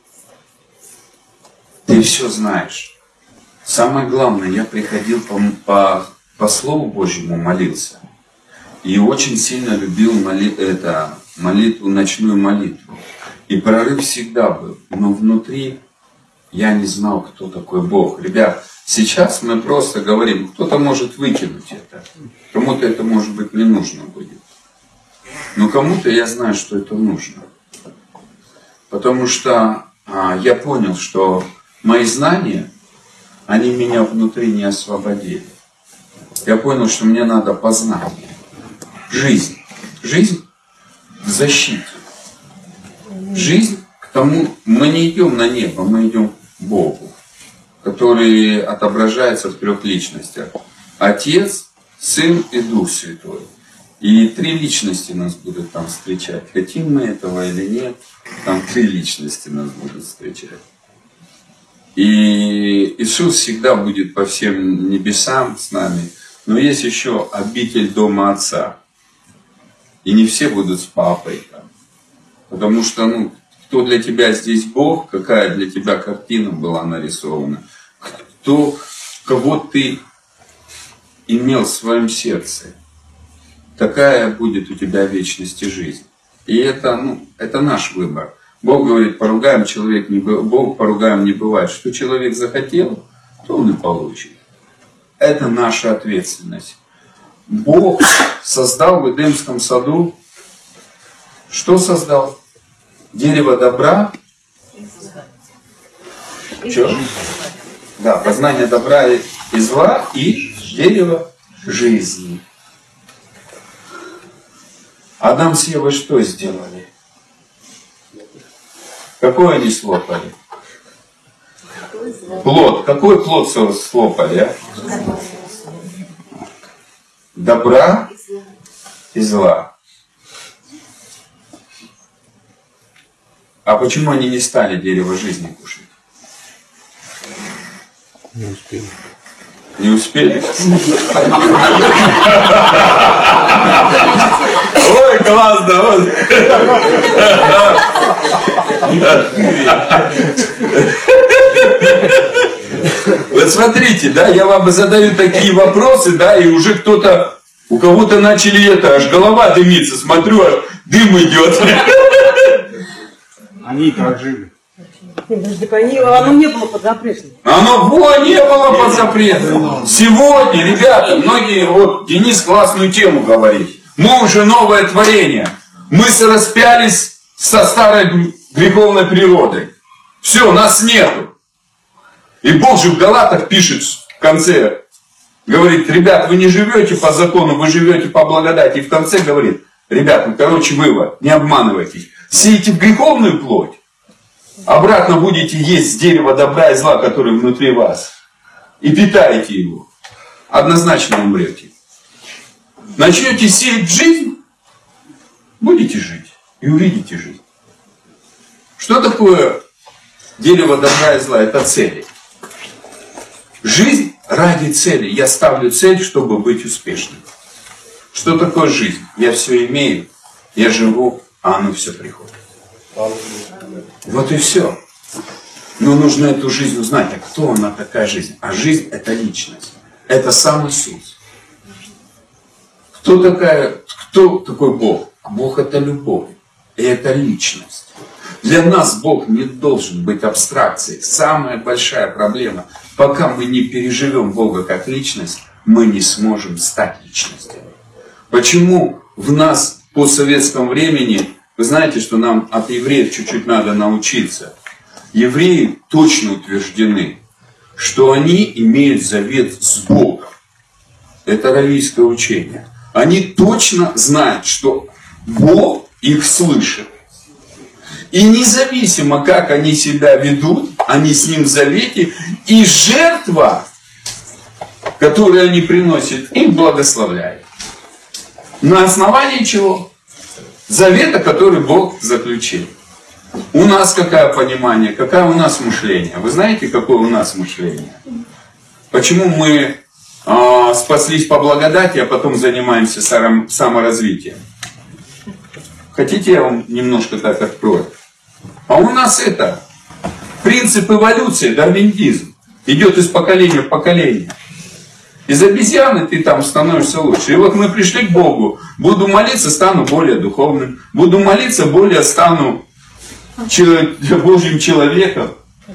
Ты все знаешь. Самое главное, я приходил по Слову Божьему молился. И очень сильно любил молитву, ночную молитву. И прорыв всегда был. Но внутри я не знал, кто такой Бог. Ребят, сейчас мы просто говорим, кто-то может выкинуть это. Кому-то это, может быть, не нужно будет. Но кому-то я знаю, что это нужно. Потому что я понял, что мои знания, они меня внутри не освободили. Я понял, что мне надо познание. Жизнь. Жизнь в защите. Жизнь к тому, мы не идем на небо, мы идем к Богу, который отображается в 3 личностях. Отец, Сын и Дух Святой. И 3 личности нас будут там встречать. Хотим мы этого или нет, там 3 личности нас будут встречать. И Иисус всегда будет по всем небесам с нами. Но есть еще обитель дома Отца. И не все будут с папой там. Потому что, кто для тебя здесь Бог, какая для тебя картина была нарисована, кого ты имел в своем сердце, такая будет у тебя в вечности жизнь. И это наш выбор. Бог говорит, поругаем человек, Бог поругаем не бывает. Что человек захотел, то он и получит. Это наша ответственность. Бог создал в Эдемском саду, что создал? Дерево добра. Что? Да, познание добра и зла и дерево жизни. Адам с Евой что сделали? Какой они слопали? Плод. Какой плод слопали, а? Добра и зла. А почему они не стали дерево жизни кушать? Не успели. Не успели? Ой, классно! Вот смотрите, да, я вам задаю такие вопросы, да, и уже у кого-то начали аж голова дымится, смотрю, аж дым идет. Они как жили? Оно не было под запретом. Оно не было под запретом. Сегодня, ребята, многие, Денис классную тему говорит. Мы уже новое творение. Мы распялись со старой греховной природой. Все, нас нету. И Бог же в Галатах пишет в конце, говорит, ребят, вы не живете по закону, вы живете по благодати. И в конце говорит, ребят, вывод, не обманывайтесь. Сеете в греховную плоть, обратно будете есть дерево добра и зла, которое внутри вас. И питаете его. Однозначно умрете. Начнете сеять жизнь, будете жить. И увидите жизнь. Что такое дерево добра и зла? Это цели. Жизнь ради цели. Я ставлю цель, чтобы быть успешным. Что такое жизнь? Я все имею, я живу, а оно все приходит. Вот и все. Но нужно эту жизнь узнать. А кто она такая жизнь? А жизнь это личность. Это сам Иисус. Кто такой Бог? Бог это любовь. И это личность. Для нас Бог не должен быть абстракцией. Самая большая проблема. Пока мы не переживем Бога как личность, мы не сможем стать личностью. Почему в нас по советском времени, вы знаете, что нам от евреев чуть-чуть надо научиться. Евреи точно утверждены, что они имеют завет с Богом. Это раввийское учение. Они точно знают, что Бог их слышит. И независимо, как они себя ведут, они с Ним в завете, и жертва, которую они приносят, их благословляет. На основании чего? Завета, который Бог заключил. У нас какое понимание, какое у нас мышление? Вы знаете, какое у нас мышление? Почему мы спаслись по благодати, а потом занимаемся саморазвитием? Хотите, я вам немножко так открою? А у нас это принцип эволюции, дарвинизм. Идет из поколения в поколение. Из обезьяны ты там становишься лучше. И вот мы пришли к Богу. Буду молиться, стану более духовным. Буду молиться, более стану Божьим человеком.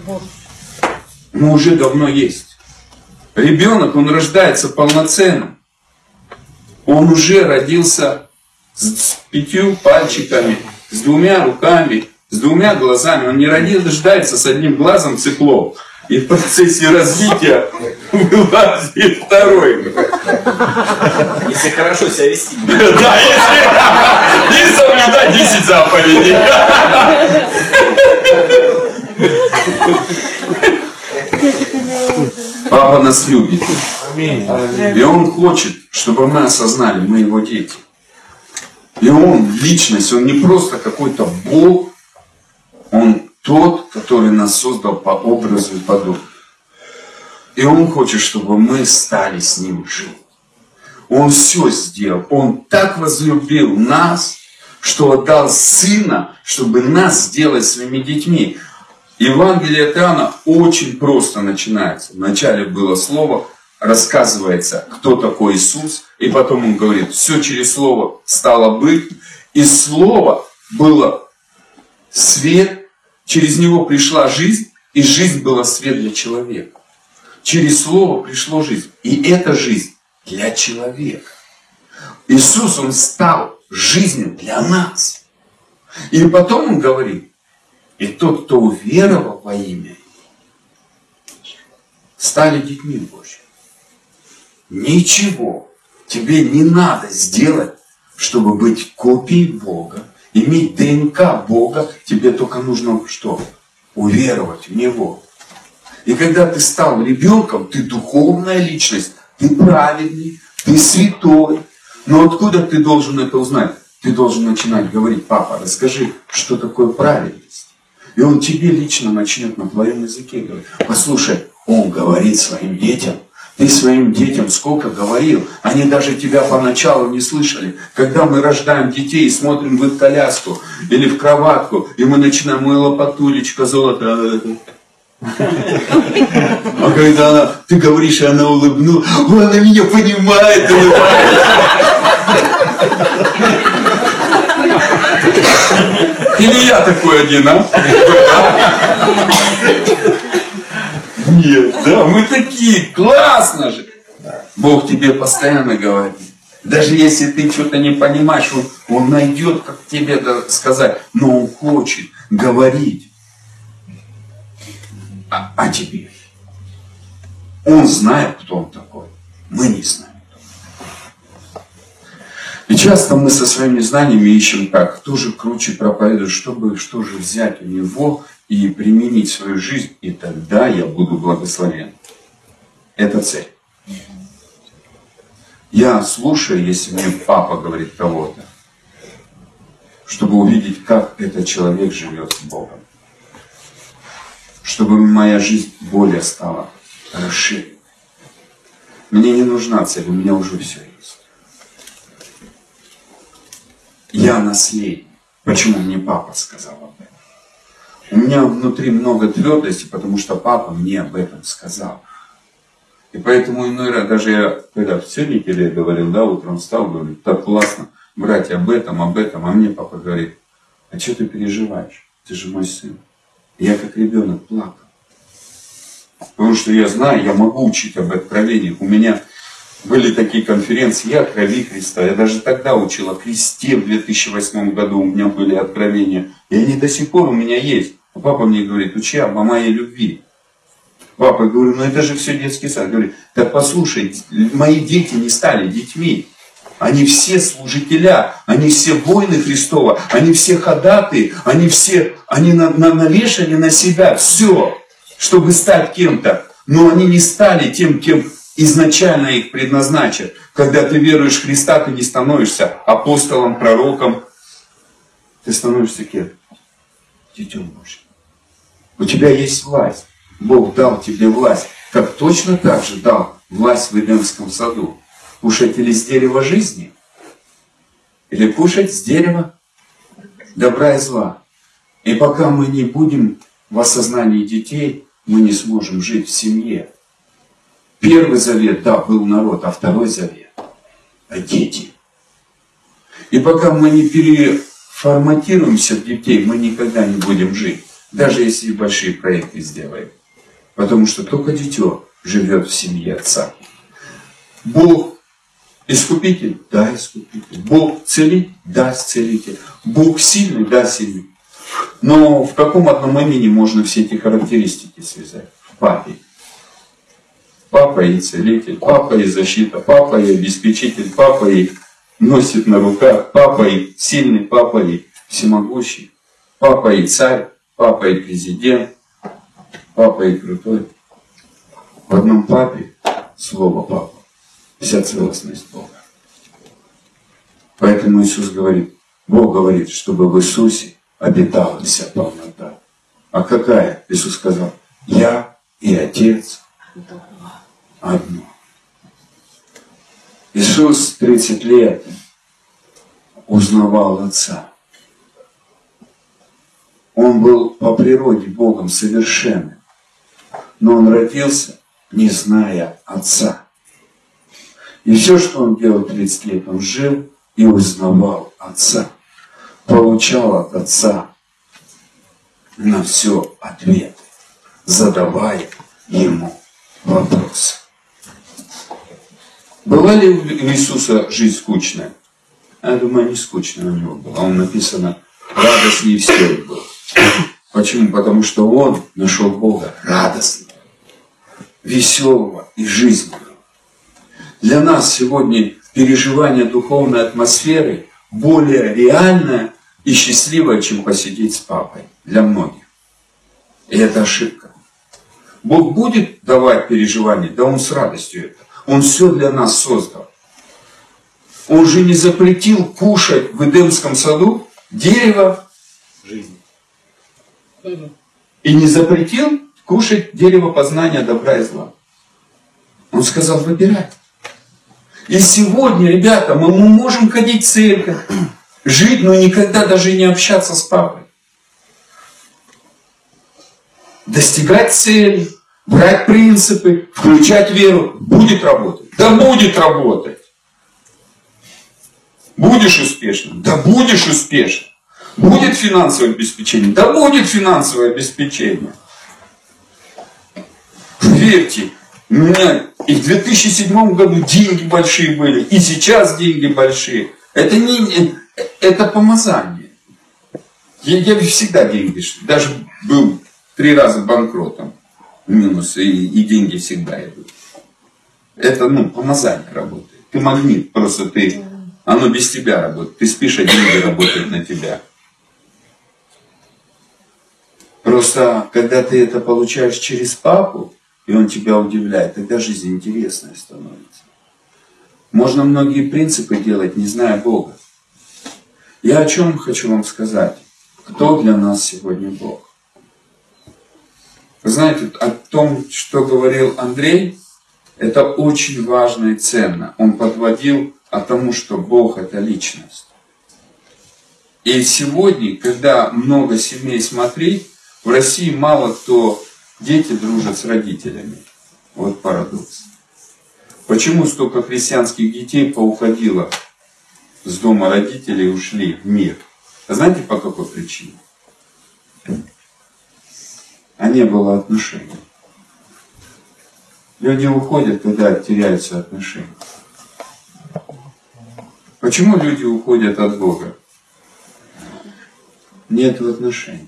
Но уже давно есть. Ребенок, он рождается полноценным. Он уже родился с 5 пальчиками, с 2 руками, с двумя глазами. Он не рождается с одним глазом циклоп. И в процессе развития вылазит второй. Если хорошо себя вести. Да, если соблюдать 10 заповедей. Папа нас любит. И Он хочет, чтобы мы осознали, мы Его дети. И Он личность, Он не просто какой-то Бог, Он тот, который нас создал по образу и подобию. И Он хочет, чтобы мы стали с Ним жить. Он все сделал. Он так возлюбил нас, что отдал Сына, чтобы нас сделать своими детьми. Евангелие от Иоанна очень просто начинается. Вначале было Слово, рассказывается, кто такой Иисус, и потом Он говорит, все через Слово стало быть, и Слово было свет, через него пришла жизнь, и жизнь была свет для человека. Через Слово пришло жизнь, и эта жизнь для человека. Иисус, Он стал жизнью для нас. И потом Он говорит, и тот, кто уверовал во имя, стали детьми Божьими. Ничего тебе не надо сделать, чтобы быть копией Бога, иметь ДНК Бога. Тебе только нужно что? Уверовать в Него. И когда ты стал ребенком, ты духовная личность, ты праведный, ты святой. Но откуда ты должен это узнать? Ты должен начинать говорить, папа, расскажи, что такое праведность. И Он тебе лично начнет на твоем языке говорить. Послушай, Он говорит своим детям. Ты своим детям сколько говорил? Они даже тебя поначалу не слышали. Когда мы рождаем детей и смотрим в их коляску или в кроватку, и мы начинаем, ой, лопатулечка, золото. А когда ты говоришь, и она улыбнулась, она меня понимает, Или я такой один, а? Нет, да, мы такие, классно же. Бог тебе постоянно говорит. Даже если ты что-то не понимаешь, Он найдет, как тебе это сказать. Но Он хочет говорить о тебе. Он знает, кто Он такой. Мы не знаем. И часто мы со своими знаниями ищем так, кто же круче проповедует, чтобы что же взять у него и применить в свою жизнь, и тогда я буду благословен. Это цель. Я слушаю, если мне папа говорит кого-то, чтобы увидеть, как этот человек живет с Богом. Чтобы моя жизнь более стала расширенной. Мне не нужна цель, у меня уже все есть. Я наследник. Почему мне папа сказал об этом? У меня внутри много твердости, потому что папа мне об этом сказал. И поэтому иной раз, даже я, когда в Сёднике говорил, да, утром встал, говорю, так классно, братья, об этом, а мне папа говорит, а что ты переживаешь? Ты же мой сын. И я как ребенок плакал. Потому что я знаю, я могу учить об откровениях. У меня были такие конференции, я о крови Христа. Я даже тогда учил о кресте в 2008 году, у меня были откровения. И они до сих пор у меня есть. А папа мне говорит, учи об моей любви. Папа, говорю, ну это же все детский сад. Говорит, так послушай, мои дети не стали детьми. Они все служителя, они все воины Христова, они все ходаты, они навешали на себя все, чтобы стать кем-то. Но они не стали тем, кем изначально их предназначат. Когда ты веруешь в Христа, ты не становишься апостолом, пророком. Ты становишься кем? Детем Божьим. У тебя есть власть. Бог дал тебе власть. Как точно так же дал власть в Эдемском саду. Кушать или с дерева жизни, или кушать с дерева добра и зла. И пока мы не будем в осознании детей, мы не сможем жить в семье. Первый завет, да, был народ, а второй завет – дети. И пока мы не переформатируемся в детей, мы никогда не будем жить. Даже если и большие проекты сделаем. Потому что только дитё живет в семье отца. Бог искупитель? Да, искупитель. Бог целитель? Да, целитель. Бог сильный? Да, сильный. Но в каком одном имени можно все эти характеристики связать? В папе. Папа и целитель, папа и защита, папа и обеспечитель, папа и носит на руках, папа и сильный, папа и всемогущий, папа и царь, папа и президент, папа и крутой. В одном папе слово папа, вся целостность Бога. Поэтому Иисус говорит, Бог говорит, чтобы в Иисусе обитала вся полнота. А какая? Иисус сказал, я и Отец одно. Иисус 30 лет узнавал Отца. Он был по природе Богом совершенным. Но Он родился, не зная Отца. И все, что Он делал 30 лет, Он жил и узнавал Отца. Получал от Отца на все ответы, задавая Ему вопросы. Была ли у Иисуса жизнь скучная? Я думаю, не скучная у него была. Он написано, радостнее всех был. Почему? Потому что он нашел Бога радостного, веселого и жизненного. Для нас сегодня переживание духовной атмосферы более реальное и счастливое, чем посидеть с папой. Для многих. И это ошибка. Бог будет давать переживания, да Он с радостью это. Он все для нас создал. Он же не запретил кушать в Эдемском саду дерево жизни. И не запретил кушать дерево познания добра и зла. Он сказал, выбирай. И сегодня, ребята, мы можем ходить в церковь, жить, но никогда даже не общаться с папой. Достигать цели, брать принципы, включать веру. Будет работать? Да будет работать. Будешь успешным? Да будешь успешным. Будет финансовое обеспечение? Да будет финансовое обеспечение. Верьте, у меня и в 2007 году деньги большие были, и сейчас деньги большие. Это не это помазание. Я всегда деньги, даже был 3 раза банкротом, минус, и деньги всегда идут. Это, помазание работает. Ты магнит, просто оно без тебя работает. Ты спишь, а деньги работают на тебя. Просто, когда ты это получаешь через папу, и он тебя удивляет, тогда жизнь интересная становится. Можно многие принципы делать, не зная Бога. Я о чем хочу вам сказать. Кто для нас сегодня Бог? Вы знаете, о том, что говорил Андрей, это очень важно и ценно. Он подводил о том, что Бог это личность. И сегодня, когда много семей смотреть, в России мало кто, дети дружат с родителями. Вот парадокс. Почему столько христианских детей поуходило с дома родителей и ушли в мир? А знаете, по какой причине? А не было отношений. Люди уходят, когда теряются отношения. Почему люди уходят от Бога? Нет отношений.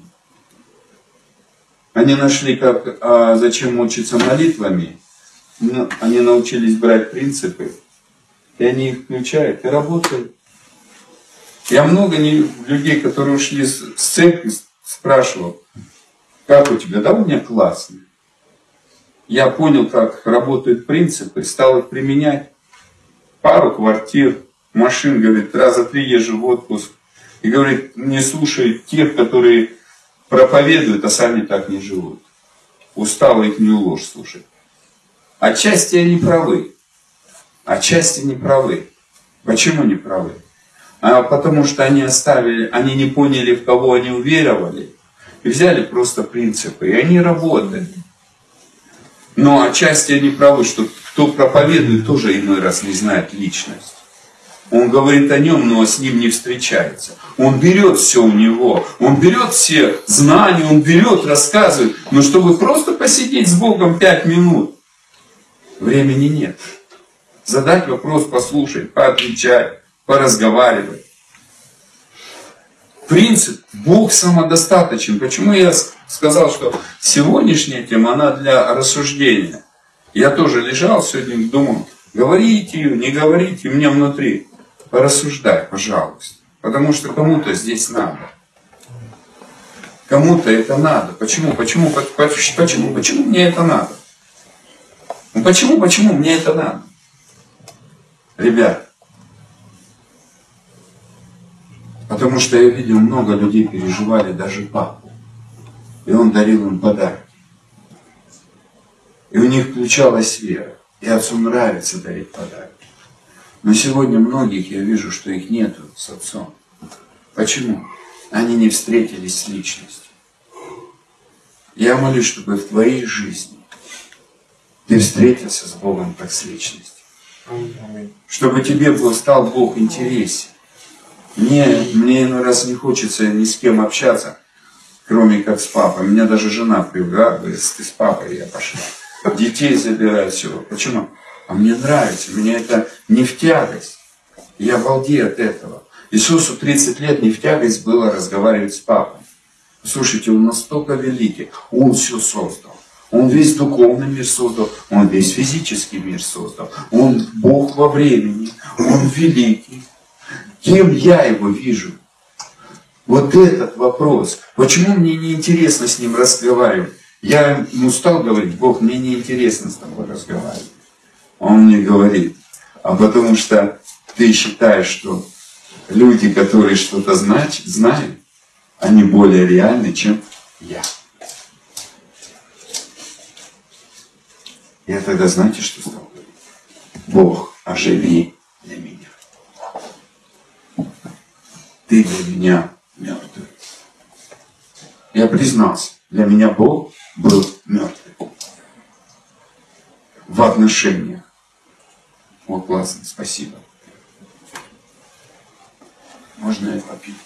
Они нашли, зачем учиться молитвами. Они научились брать принципы. И они их включают и работают. Я много людей, которые ушли с церкви, спрашивал, как у тебя? Да у меня классно. Я понял, как работают принципы, стал их применять. Пару квартир, машин, говорит, раза 3 езжу в отпуск. И говорит, не слушай тех, которые проповедуют, а сами так не живут. Устал их не ложь слушать. Отчасти они правы. Отчасти не правы. Почему не правы? Потому что они не поняли, в кого они уверовали. И взяли просто принципы. И они работают. Но отчасти они правы, что кто проповедует, тоже иной раз не знает личность. Он говорит о нем, но с ним не встречается. Он берет все у него. Он берет все знания, он берет, рассказывает. Но чтобы просто посидеть с Богом 5 минут, времени нет. Задать вопрос, послушать, поотвечать, поразговаривать. принцип Бог самодостаточен. Почему я сказал, что сегодняшняя тема, она для рассуждения. Я тоже лежал сегодня, думал, говорите ее, не говорите, мне внутри. Порассуждай, пожалуйста. Потому что кому-то здесь надо. Кому-то это надо. Почему мне это надо? Ну почему мне это надо? Ребят, потому что я видел, много людей переживали даже папу. И он дарил им подарки. И у них включалась вера. И отцу нравится дарить подарки. Но сегодня многих я вижу, что их нету с отцом. Почему? Они не встретились с личностью. Я молюсь, чтобы в твоей жизни ты встретился с Богом как с личностью. Чтобы тебе стал Бог интересен. Мне иной раз не хочется ни с кем общаться, кроме как с папой. Меня даже жена привела, говорит, ты с папой, я пошла. Детей забирают, все. Почему? А мне нравится, мне это не в тягость. Я балдею от этого. Иисусу 30 лет не в тягость было разговаривать с папой. Слушайте, он настолько великий, он все создал. Он весь духовный мир создал, он весь физический мир создал. Он Бог во времени, он великий. Кем я его вижу? Вот этот вопрос. Почему мне неинтересно с ним разговаривать? Я ему стал говорить, Бог, мне неинтересно с тобой разговаривать. Он мне говорит, а потому что ты считаешь, что люди, которые что-то знают, они более реальны, чем я. Я тогда, знаете, что стал говорить? Бог, оживи для меня. Ты для меня мертвый. Я признался, для меня Бог был мертвый. В отношениях. О, классно, спасибо. Можно я попить?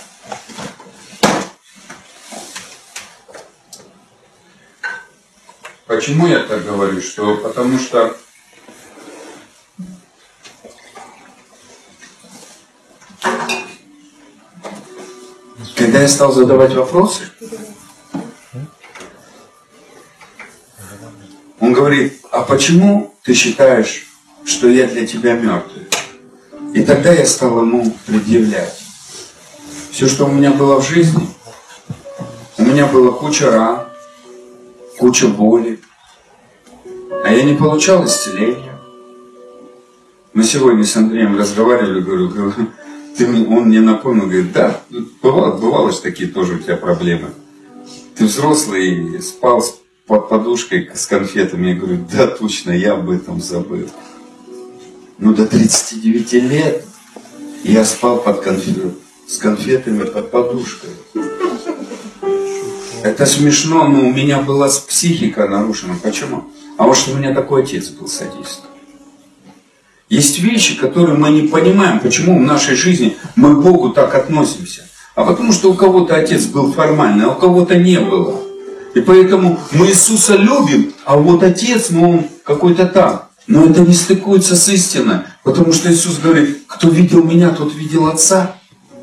Почему я так говорю? Потому что когда я стал задавать вопросы, он говорит, а почему ты считаешь, что я для тебя мертвый? И тогда я стал ему предъявлять. Все, что у меня было в жизни, у меня была куча ран, куча боли. А я не получал исцеления. Мы сегодня с Андреем разговаривали, говорю, он мне напомнил, говорит, да, бывало же такие тоже у тебя проблемы. Ты взрослый, спал под подушкой с конфетами. Я говорю, да, точно, я об этом забыл. Ну, до 39 лет я спал с конфетами под подушкой. Это смешно, но у меня была психика нарушена. Почему? А вот что у меня такой отец был садист. Есть вещи, которые мы не понимаем, почему в нашей жизни мы к Богу так относимся. А потому что у кого-то отец был формальный, а у кого-то не было. И поэтому мы Иисуса любим, а вот отец, он какой-то там. Но это не стыкуется с истиной, потому что Иисус говорит, кто видел меня, тот видел Отца.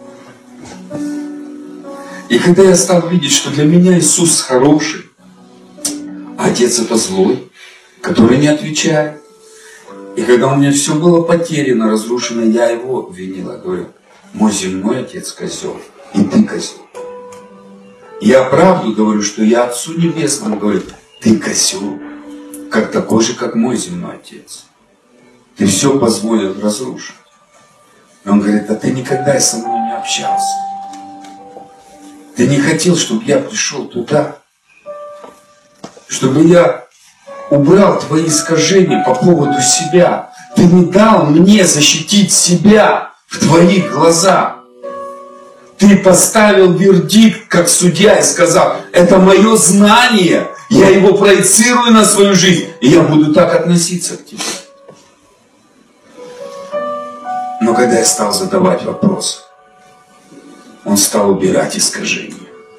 И когда я стал видеть, что для меня Иисус хороший, а Отец это злой, который не отвечает. И когда у меня все было потеряно, разрушено, я его винила. Говорю, мой земной отец козел, и ты козел. Я правду говорю, что я Отцу Небесному говорю, ты козел, как такой же, как мой земной отец. Ты все позволил разрушить. И он говорит, а ты никогда со мной не общался. Ты не хотел, чтобы я пришел туда, чтобы я убрал твои искажения по поводу себя. Ты не дал мне защитить себя в твоих глазах. Ты поставил вердикт, как судья, и сказал, это мое знание, я его проецирую на свою жизнь, и я буду так относиться к тебе. Но когда я стал задавать вопросы, он стал убирать искажения.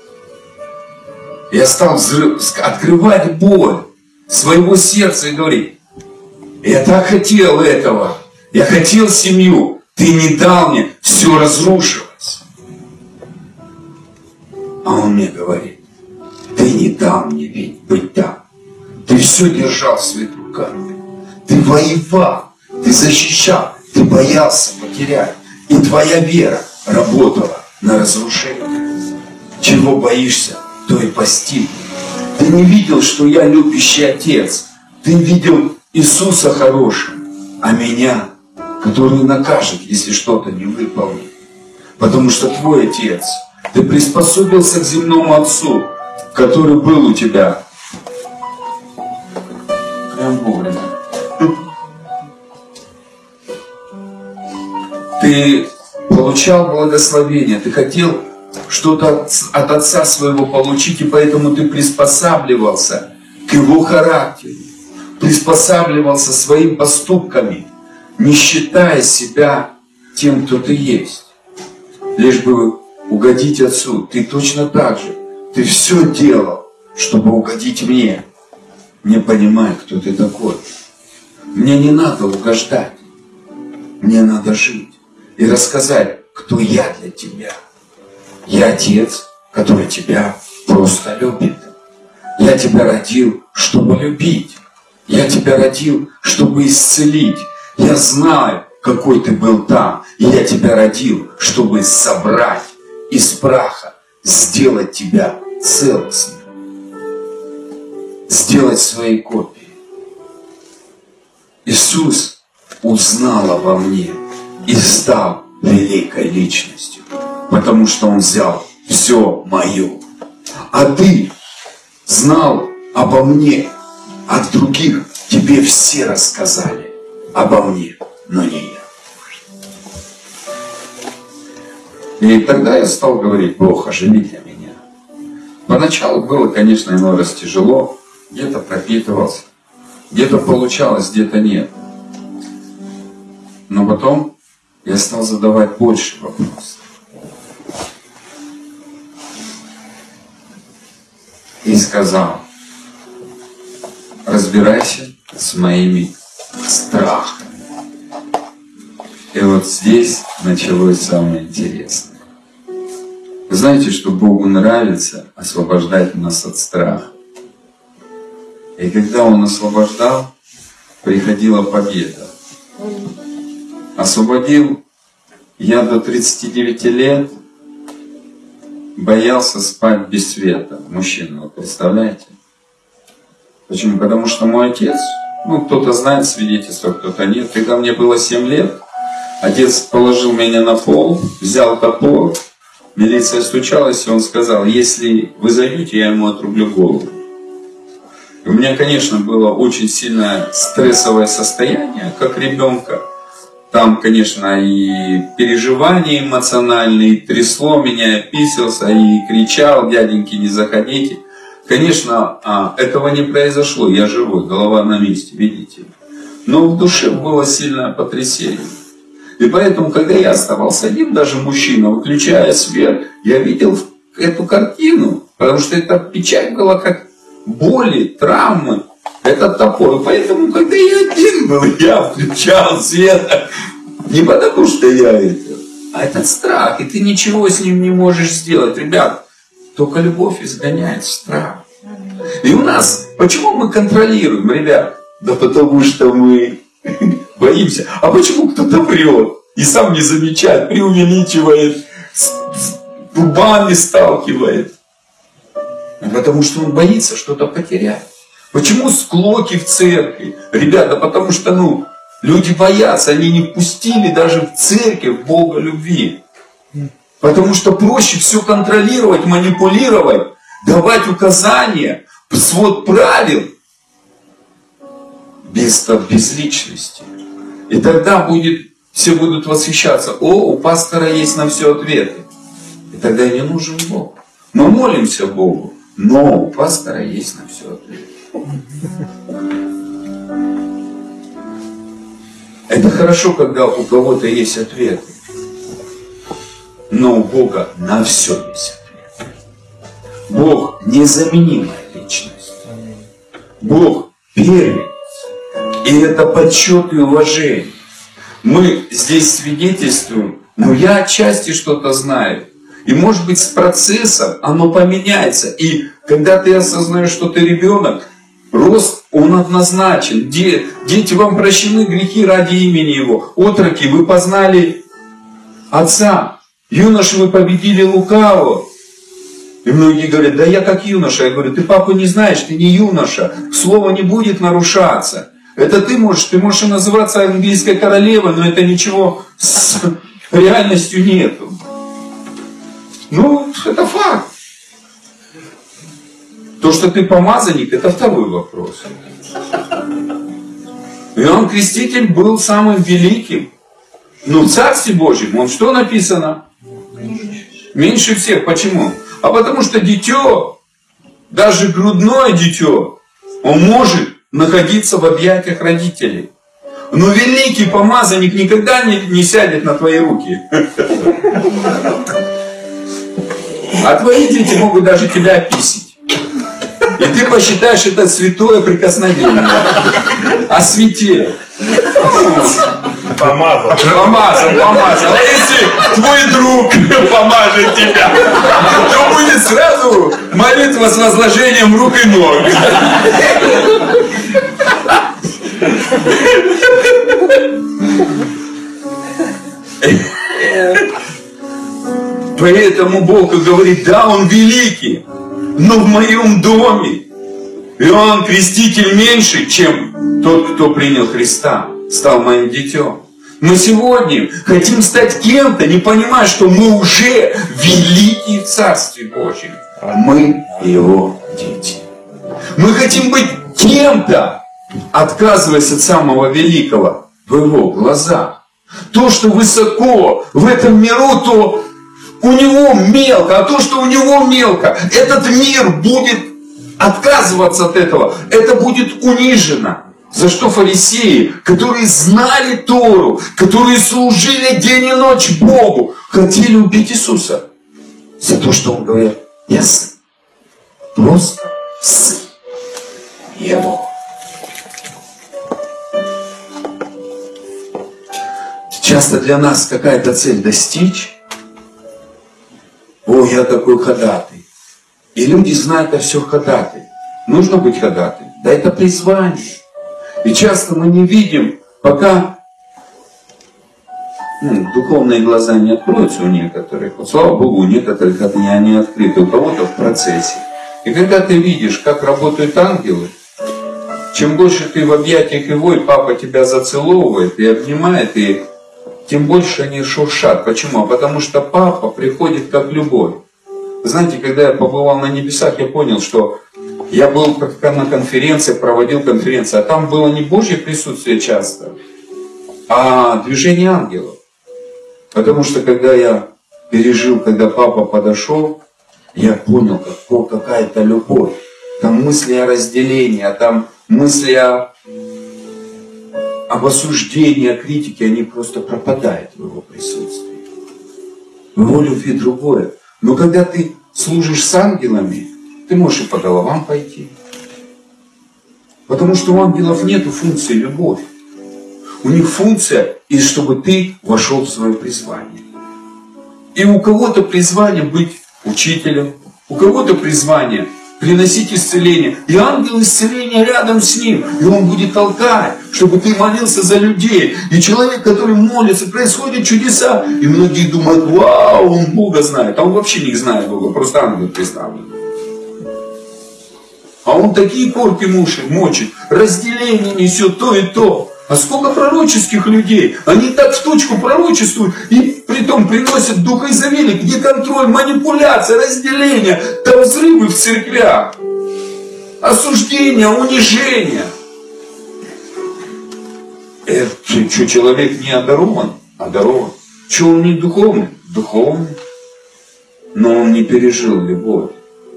Я стал открывать боль своего сердца и говорить, я так хотел этого, я хотел семью, ты не дал мне, все разрушилось. А он мне говорит: ты не дал мне быть там. Ты все держал в своих руках. Ты воевал, ты защищал, ты боялся потерять. И твоя вера работала на разрушение. Чего боишься, то и постигнешь. Ты не видел, что я любящий отец. Ты видел Иисуса хорошим, а меня, который накажет, если что-то не выполнит. Потому что твой отец, ты приспособился к земному отцу, который был у тебя. Прям вовремя. Ты получал благословение, ты хотел что-то от отца своего получить, и поэтому ты приспосабливался к его характеру, приспосабливался своими поступками, не считая себя тем, кто ты есть. Лишь бы угодить отцу, ты точно так же, ты все делал, чтобы угодить мне, не понимая, кто ты такой. Мне не надо угождать, мне надо жить и рассказать, кто я для тебя. Я отец, который тебя просто любит. Я тебя родил, чтобы любить. Я тебя родил, чтобы исцелить. Я знаю, какой ты был там. И я тебя родил, чтобы собрать из праха, сделать тебя целостным. Сделать своей копией. Иисус узнал обо мне и стал великой личностью, потому что Он взял все мое. А ты знал обо мне, от других тебе все рассказали обо мне, но не я. И тогда я стал говорить: Бог, оживи для меня. Поначалу было, конечно, иной раз тяжело, где-то пропитывался, где-то получалось, где-то нет. Но потом я стал задавать больше вопросов. И сказал: разбирайся с моими страхами. И вот здесь началось самое интересное. Вы знаете, что Богу нравится освобождать нас от страха. И когда Он освобождал, приходила победа. Освободил я до 39 лет, боялся спать без света. Мужчина, вы представляете? Почему? Потому что мой отец, кто-то знает свидетельство, кто-то нет. Когда мне было 7 лет, отец положил меня на пол, взял топор, милиция стучалась, и он сказал: если вы зайдете, я ему отрублю голову. И у меня, конечно, было очень сильное стрессовое состояние, как ребенка. Там, конечно, и переживания эмоциональные, и трясло меня, я писался, и кричал: дяденьки, не заходите. Конечно, этого не произошло, я живой, голова на месте, видите. Но в душе было сильное потрясение. И поэтому, когда я оставался один, даже мужчина, выключая свет, я видел эту картину, потому что эта печать была как боли, травмы. Это топор. И поэтому, когда я один был, я включал свет. Не потому что я это, а этот страх. И ты ничего с ним не можешь сделать. Ребят, только любовь изгоняет страх. И у нас, почему мы контролируем, ребят? Да потому что мы боимся. А почему кто-то врет и сам не замечает, преувеличивает, с губами сталкивает? Потому что он боится что-то потерять. Почему склоки в церкви? Ребята, потому что, люди боятся, они не впустили даже в церковь Бога любви. Потому что проще все контролировать, манипулировать, давать указания, свод правил, без личности. И тогда все будут восхищаться: у пастора есть на все ответы. И тогда и не нужен Бог. Мы молимся Богу, но у пастора есть на все ответы. Это хорошо, когда у кого-то есть ответы. Но у Бога на все есть ответы. Бог незаменимая личность. Бог первенец. И это почет и уважение. Мы здесь свидетельствуем, но я отчасти что-то знаю. И может быть с процессом оно поменяется. И когда ты осознаешь, что ты ребенок, рост, он однозначен. Дети, вам прощены грехи ради имени Его. Отроки, вы познали Отца. Юноши, вы победили лукавого. И многие говорят, да я как юноша. Я говорю, ты папу не знаешь, ты не юноша. Слово не будет нарушаться. Это ты можешь и называться английской королевой, но это ничего с реальностью нету. Ну, это факт. То, что ты помазанник, это второй вопрос. Иоанн Креститель был самым великим. Но в Царстве Божьем, он что написано? Меньше всех. Почему? А потому что дитё, даже грудное дитё, он может находиться в объятиях родителей. Но великий помазанник никогда не сядет на твои руки. А твои дети могут даже тебя описать. И ты посчитаешь это святое прикосновение. Осветил. Помазал. Помазал. А если твой друг помажет тебя, то будет сразу молитва с возложением рук и ног. Поэтому Бог говорит, да, Он великий, но в моем доме Иоанн Креститель меньше, чем тот, кто принял Христа, стал моим детем. Мы сегодня хотим стать кем-то, не понимая, что мы уже великие в Царстве Божьем. Мы Его дети. Мы хотим быть кем-то, отказываясь от самого великого в Его глазах. То, что высоко в этом миру, то у него мелко, а то, что у него мелко, этот мир будет отказываться от этого, это будет унижено. За что фарисеи, которые знали Тору, которые служили день и ночь Богу, хотели убить Иисуса? За то, что Он говорит, я сын, просто сын Его. Часто для нас какая-то цель достичь. О, я такой ходатай. И люди знают, это все ходатай. Нужно быть ходатай. Да это призвание. И часто мы не видим, пока духовные глаза не откроются у некоторых. Вот, слава Богу, у некоторых они открыты, у кого-то в процессе. И когда ты видишь, как работают ангелы, чем больше ты в объятиях Его, и папа тебя зацеловывает и обнимает, и тем больше они шуршат. Почему? Потому что папа приходит как любовь. Знаете, когда я побывал на небесах, я понял, что я был как на конференции, проводил конференции, а там было не Божье присутствие часто, а движение ангелов. Потому что когда я пережил, когда папа подошел, я понял, какая-то любовь. Там мысли о разделении, а там мысли об осуждении, о критике, они просто пропадают в его присутствии. В его любви другое. Но когда ты служишь с ангелами, ты можешь и по головам пойти. Потому что у ангелов нет функции любовь. У них функция, и чтобы ты вошел в свое призвание. И у кого-то призвание быть учителем, у кого-то призвание приносить исцеление. И ангел исцеления рядом с ним. И он будет толкать, чтобы ты молился за людей. И человек, который молится, происходят чудеса. И многие думают, вау, он Бога знает. А он вообще не знает Бога, просто ангел представлен. А он такие корки мочит, разделение несет, то и то. А сколько пророческих людей, они так в точку пророчествуют, и притом приносят Духа Изавели, где контроль, манипуляция, разделение, там взрывы в церквях, осуждение, унижение. Что человек не одарован? Одарован. Что он не духовный? Духовный. Но он не пережил любовь.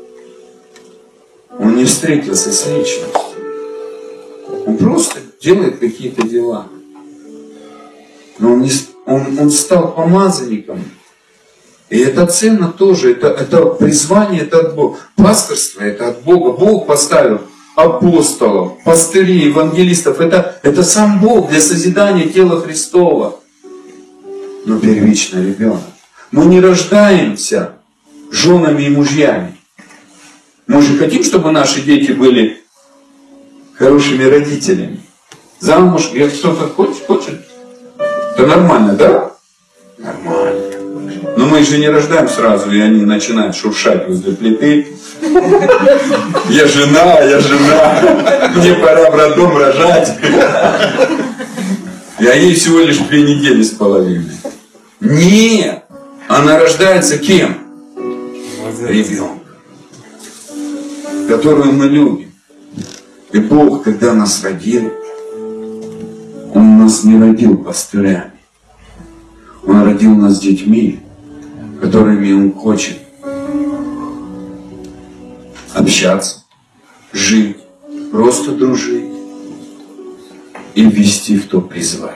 Он не встретился с личностью. Он просто делает какие-то дела. Но он стал помазанником. И это ценно тоже. Это призвание, это от Бога. Пасторство это от Бога. Бог поставил апостолов, пастырей, евангелистов. Это сам Бог для созидания тела Христова. Но первично ребенок. Мы не рождаемся женами и мужьями. Мы же хотим, чтобы наши дети были хорошими родителями. Замуж, кто-то хочет. Это нормально, да? Нормально. Но мы же не рождаем сразу, и они начинают шуршать возле плиты. Я жена, мне пора в роддом рожать. А ей всего лишь 2 недели с половиной. Нет! Она рождается кем? Ребенком, которую мы любим. И Бог, когда нас родил, Он нас не родил пастырями. Он родил нас детьми, которыми Он хочет общаться, жить, просто дружить и ввести в то призвание.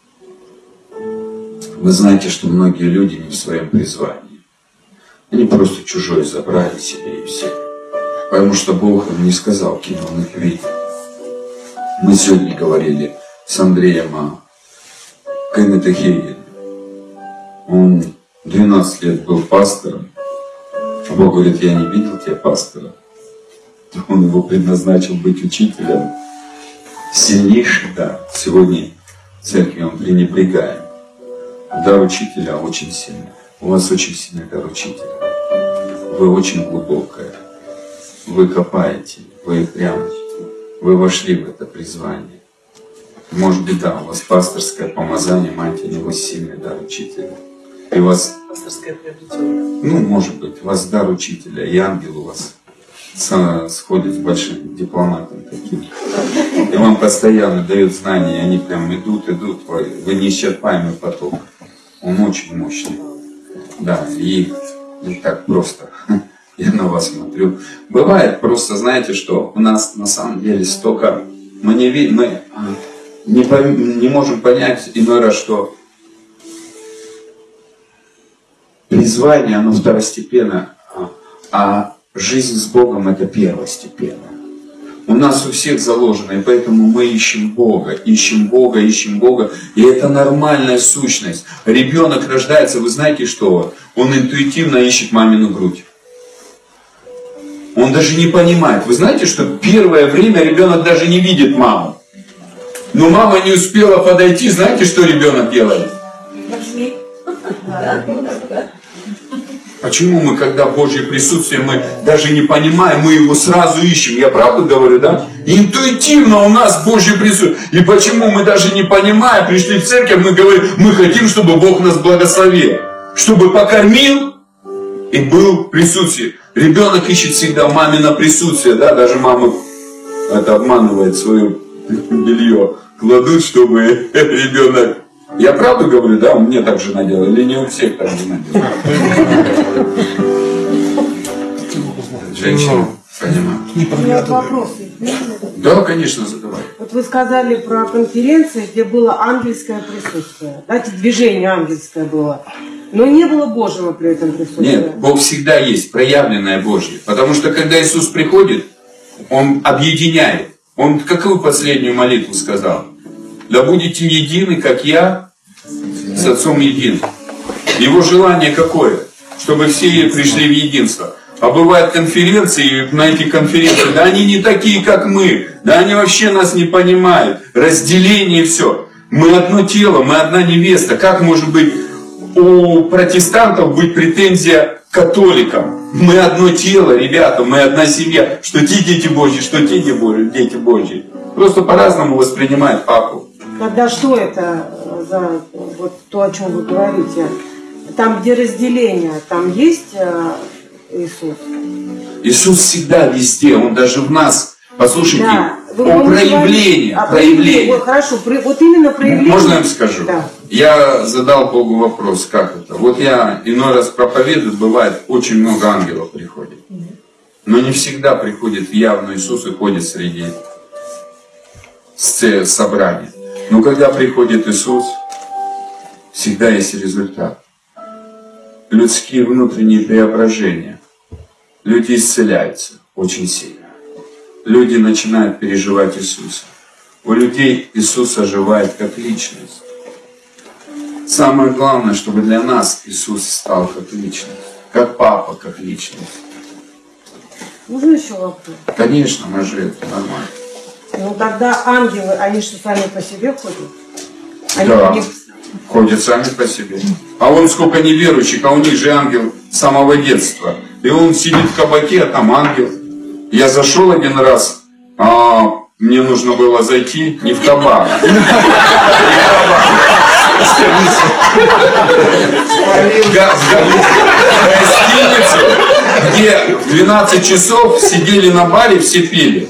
Вы знаете, что многие люди не в своем призвании. Они просто чужое забрали себе и все. Потому что Бог им не сказал, кем Он их видит. Мы сегодня говорили с Андреем о Кеннете Хейгене. Он 12 лет был пастором. А Бог говорит, я не видел тебя пастора. Он его предназначил быть учителем. Сильнейший дар. Сегодня в церкви он пренебрегаем. Дар учителя очень сильный. У вас очень сильный дар учителя. Вы очень глубокое. Вы копаете, вы прямо, вы вошли в это призвание. Может быть, да, у вас пасторское помазание, мать, у него сильный дар учителя. И у вас... Пасторское приобретение. Ну, может быть, у вас дар учителя, и ангел у вас сходит с большим дипломатом таким. И вам постоянно дает знания, и они прям идут, вы неисчерпаемый поток. Он очень мощный. Да, и не так просто. Я на вас смотрю. Бывает просто, знаете, что у нас на самом деле столько... Мы не можем понять иной раз, что призвание, оно второстепенно, а жизнь с Богом это первостепенно. У нас у всех заложено, и поэтому мы ищем Бога. И это нормальная сущность. Ребенок рождается, вы знаете что? Он интуитивно ищет мамину грудь. Он даже не понимает. Вы знаете, что первое время ребенок даже не видит маму. Но мама не успела подойти, знаете, что ребенок делает? Почему мы, когда Божье присутствие, мы даже не понимаем, мы его сразу ищем? Я правду говорю, да? Интуитивно у нас Божье присутствие. И почему мы даже не понимая, пришли в церковь, мы говорим, мы хотим, чтобы Бог нас благословил. Чтобы покормил и был в присутствии. Ребенок ищет всегда мамино присутствие, да? Даже мама это обманывает свое белье. Кладут, чтобы ребенок... Я правду говорю, да? Мне так жена делала, или не у всех так жена делала? Женщина, понимаю. У меня вопросы. Да, конечно, задавай. Вот вы сказали про конференции, где было ангельское присутствие. Знаете, движение ангельское было. Но не было Божьего при этом присутствия. Нет, Бог всегда есть, проявленное Божье. Потому что когда Иисус приходит, Он объединяет. Он какую последнюю молитву сказал? Да будете едины, как я с Отцом един. Его желание какое? Чтобы все пришли в единство. А бывают конференции, на эти конференции, да они не такие, как мы. Да они вообще нас не понимают. Разделение и все. Мы одно тело, мы одна невеста. Как может быть у протестантов быть претензия к католикам? Мы одно тело, ребята, мы одна семья. Что те дети Божьи, что те дети Божьи. Просто по-разному воспринимают папу. Тогда что это за вот то, о чем вы говорите? Там, где разделение, там есть Иисус? Иисус всегда везде, Он даже в нас. Послушайте, Да. проявление. Вот, хорошо, вот именно проявление. Можно я вам скажу? Да. Я задал Богу вопрос, как это? Вот я иной раз проповедую, бывает, очень много ангелов приходит. Но не всегда приходит явно Иисус и ходит среди собрания. Но когда приходит Иисус, всегда есть результат. Людские внутренние преображения. Люди исцеляются очень сильно. Люди начинают переживать Иисуса. У людей Иисус оживает как личность. Самое главное, чтобы для нас Иисус стал как личность. как папа, как личность. Можно еще вопрос? Конечно, может, это нормально. Ну тогда ангелы, они что, сами по себе ходят? Они Да, не- ходят сами по себе. А вон сколько неверующих, а у них же ангел с самого детства. И он сидит в кабаке, а там ангел. Я зашел один раз, мне нужно было зайти не в кабак. В гостиницу, где в 12 часов сидели на баре, все пели.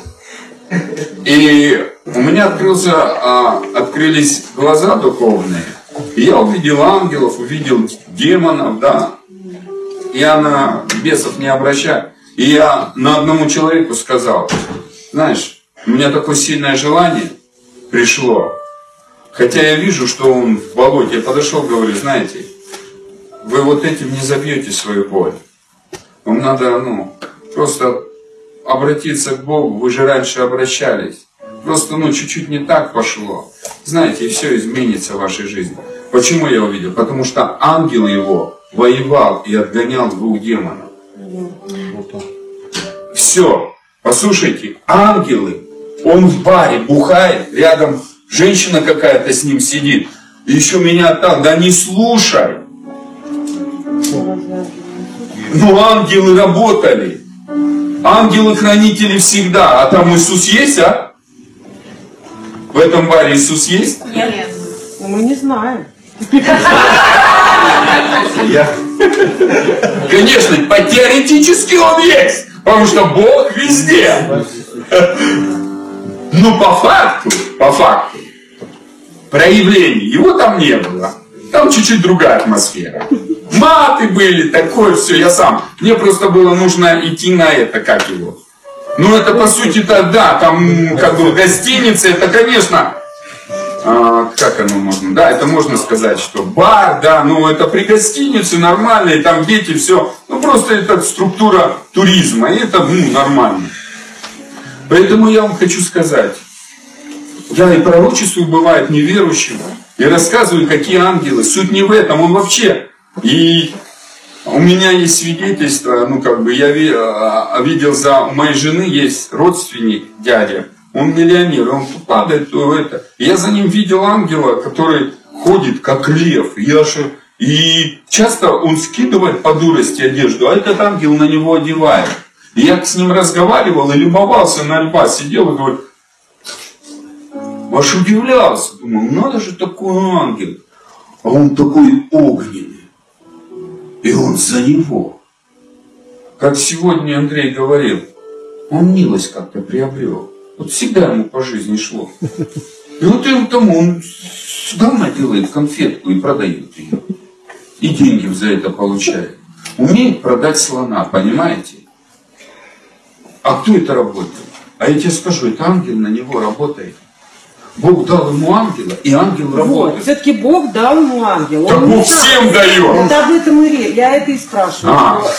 И у меня открылись глаза духовные. И я увидел ангелов, увидел демонов, да. Я на бесов не обращаю. И я на одному человеку сказал: знаешь, у меня такое сильное желание пришло. Хотя я вижу, что он в болоте. Я подошел, говорю: знаете, вы вот этим не забьете свою боль. Вам надо, просто обратиться к Богу. Вы же раньше обращались. Просто, чуть-чуть не так пошло. Знаете, и все изменится в вашей жизни. Почему я увидел? Потому что ангел его воевал и отгонял 2 демонов. Все. Послушайте, ангелы, он в баре бухает, рядом женщина какая-то с ним сидит. И еще меня так, да не слушай. Ангелы работали. Ангелы-хранители всегда. А там Иисус есть, а? В этом баре Иисус есть? Нет. Ну, мы не знаем. Конечно, теоретически он есть. Потому что Бог везде. Но по факту, проявлений его там не было. Там чуть-чуть другая атмосфера. Маты были, такое все, я сам. Мне просто было нужно идти на это, как его. Ну это по сути-то, да, там как бы гостиница, это, конечно, как оно можно, да, это можно сказать, что бар, да, это при гостинице нормально, и там дети, все. Просто это структура туризма, и это, нормально. Поэтому я вам хочу сказать, я и пророчествую, бывает, неверующим, и рассказываю, какие ангелы. Суть не в этом, он вообще. И у меня есть свидетельство, я видел, у моей жены есть родственник, дядя, он миллионер, он падает, то это. Я за ним видел ангела, который ходит как лев. И часто он скидывает по дурости одежду, а этот ангел на него одевает. И я с ним разговаривал и любовался на льва, сидел и говорю, аж удивлялся, думал, надо же такой ангел. А он такой огненный. И он за него. Как сегодня Андрей говорил, он милость как-то приобрел. Вот всегда ему по жизни шло. И вот он сюда делает конфетку и продает ее. И деньги за это получает. Умеет продать слона, понимаете? А кто это работает? А я тебе скажу, это ангел на него работает. Бог дал ему ангела, и ангел работает. Вот, все-таки Бог дал ему ангела. Так Бог всем дает. Это об этом и речь. Я это и спрашиваю.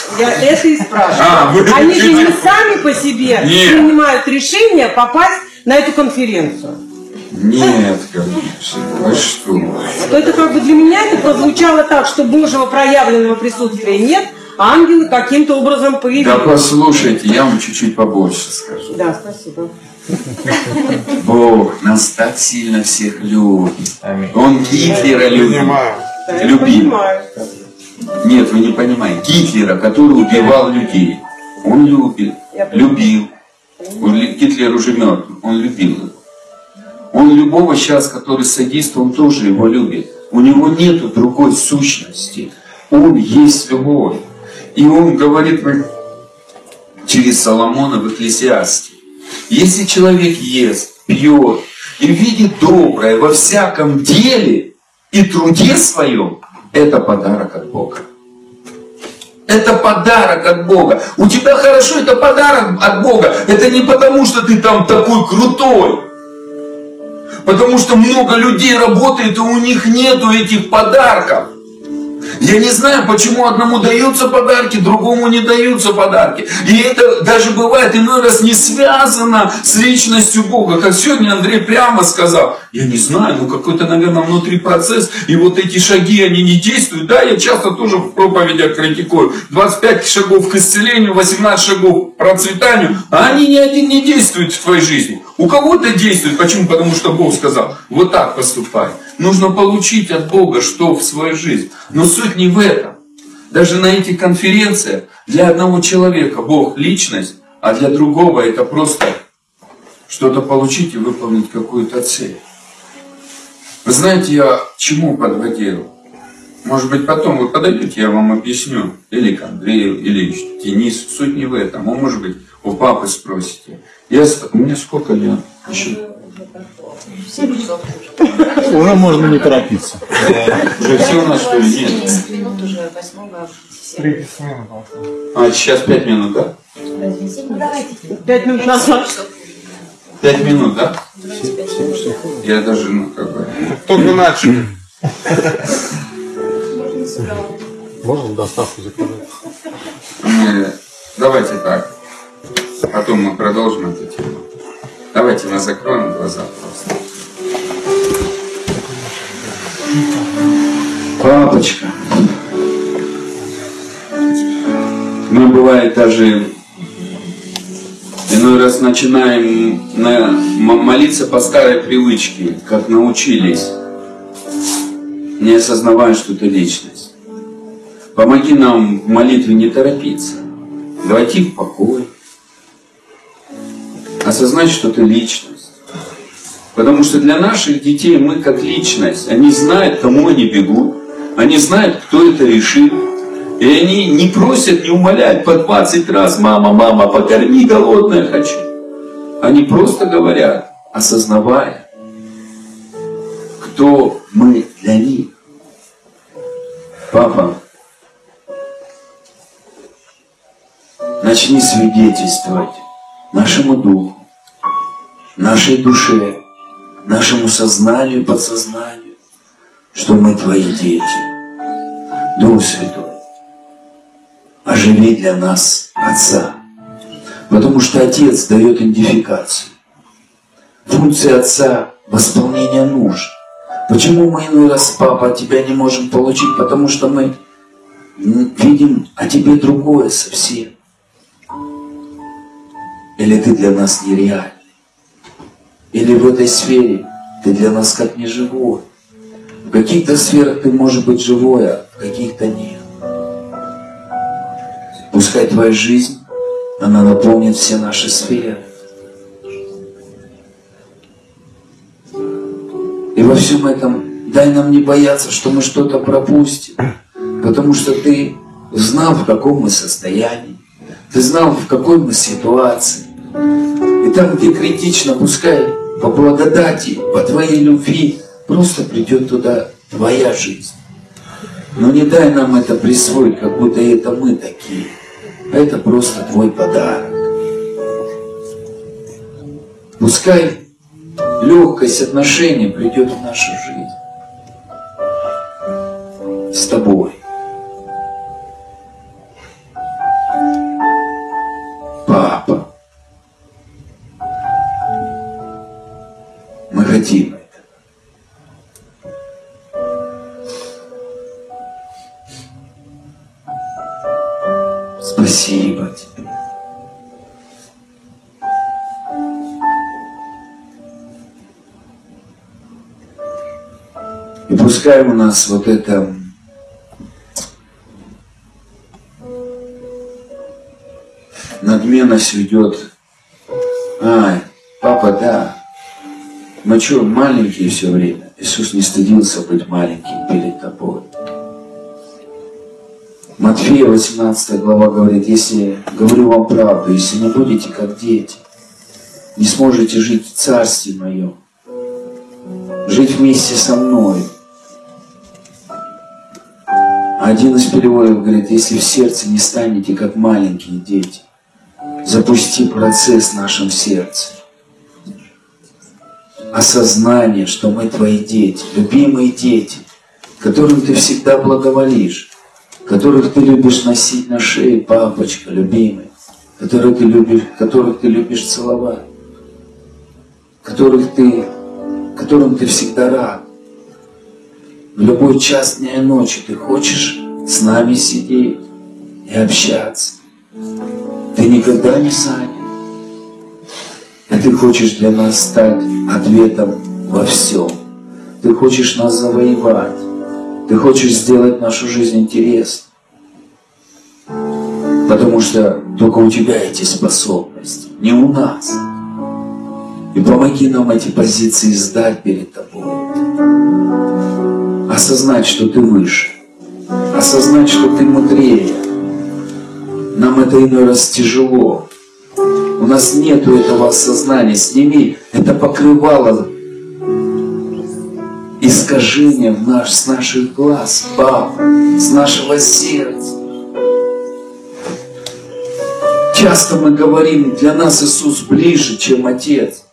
Они же не сами по себе принимают решение попасть на эту конференцию. Нет, конечно. Вы что? То это как бы для меня это прозвучало так, что Божьего проявленного присутствия нет, а ангелы каким-то образом появились. Да послушайте, я вам чуть-чуть побольше скажу. Да, спасибо. Бог нас так сильно всех любит. Аминь. Он Гитлера любит. Да, я Любил. понимаю. Нет, вы не понимаете. Гитлера, который убивал людей. Он любил. Гитлер уже мертв. Он любил его. Он любого сейчас, который садист, он тоже его любит. У него нету другой сущности. Он есть любовь. И он говорит через Соломона в Экклесиасте. Если человек ест, пьет и видит доброе во всяком деле и труде своем, это подарок от Бога. Это подарок от Бога. У тебя хорошо, это подарок от Бога. Это не потому, что ты там такой крутой. Потому что много людей работает, и у них нету этих подарков. Я не знаю, почему одному даются подарки, другому не даются подарки. И это даже бывает иной раз не связано с личностью Бога. Как сегодня Андрей прямо сказал, я не знаю, ну какой-то, наверное, внутри процесс, и вот эти шаги, они не действуют. Да, я часто тоже в проповедях критикую. 25 шагов к исцелению, 18 шагов к процветанию, а они ни один не действуют в твоей жизни. У кого-то действует. Почему? Потому что Бог сказал, вот так поступай. Нужно получить от Бога что в свою жизнь. Но суть не в этом. Даже на этих конференциях для одного человека Бог личность, а для другого это просто что-то получить и выполнить какую-то цель. Вы знаете, я к чему подводил? Может быть, потом вы подойдете, я вам объясню. Или к Андрею, или к Денису. Суть не в этом. А может быть, у папы спросите. У меня сколько лет? Еще? Уже можно не торопиться. Уже все у нас, что ли? Нет. 10 минут уже, 8 А, сейчас 5 минут, да? 5 минут назад. 5 минут, да? Я даже, ну, как бы... Только начали. Можно доставку заказать? Давайте так. Потом мы продолжим эту тему. Давайте мы закроем глаза просто. Папочка. Мы, бывает, даже иной раз начинаем молиться по старой привычке, как научились, не осознавая, что это личность. Помоги нам в молитве не торопиться, войти в покой, осознать, что ты личность. Потому что для наших детей мы как личность, они знают, кому они бегут, они знают, кто это решит. И они не просят, не умоляют по 20 раз: мама, мама, покорми, голодная хочу. Они просто говорят, осознавая, кто мы для них. Папа, начни свидетельствовать нашему духу, нашей душе, нашему сознанию и подсознанию, что мы твои дети. Дух Святой, оживи для нас Отца, потому что Отец дает идентификацию. Функция Отца – восполнение нужд. Почему мы иной раз, папа, от тебя не можем получить? Потому что мы видим о тебе другое совсем. Или ты для нас нереальный. Или в этой сфере ты для нас как неживой. В каких-то сферах ты можешь быть живой, а в каких-то нет. Пускай твоя жизнь, она наполнит все наши сферы. И во всем этом дай нам не бояться, что мы что-то пропустим. Потому что ты знал, в каком мы состоянии. Ты знал, в какой мы ситуации. И там, где критично, пускай по благодати, по твоей любви просто придет туда твоя жизнь. Но не дай нам это присвоить, как будто это мы такие. А это просто твой подарок. Пускай легкость отношений придет в нашу жизнь. С тобой. Папа. Мы хотим это. Спасибо тебе. И пускай у нас вот это надменность уйдет. Ай, папа, да. Мы что, маленькие все время? Иисус не стыдился быть маленьким перед тобой. Матфея 18 глава говорит: если говорю вам правду, если не будете как дети, не сможете жить в Царстве Моем, жить вместе со мной. Один из переводов говорит: если в сердце не станете как маленькие дети, запусти процесс в нашем сердце. Осознание, что мы твои дети, любимые дети, которым ты всегда благоволишь. которых ты любишь носить на шее, папочка, любимый, которых ты любишь целовать, которым ты всегда рад. В любой час дня и ночи ты хочешь с нами сидеть и общаться. Ты никогда не занят. И ты хочешь для нас стать ответом во всем. Ты хочешь нас завоевать. Ты хочешь сделать нашу жизнь интересной. Потому что только у тебя эти способности, не у нас. И помоги нам эти позиции сдать перед тобой. Осознать, что ты выше. Осознать, что ты мудрее. Нам это иной раз тяжело. У нас нету этого осознания. Сними это покрывало искажения с наших глаз, Папа, с нашего сердца. Часто мы говорим, для нас Иисус ближе, чем Отец.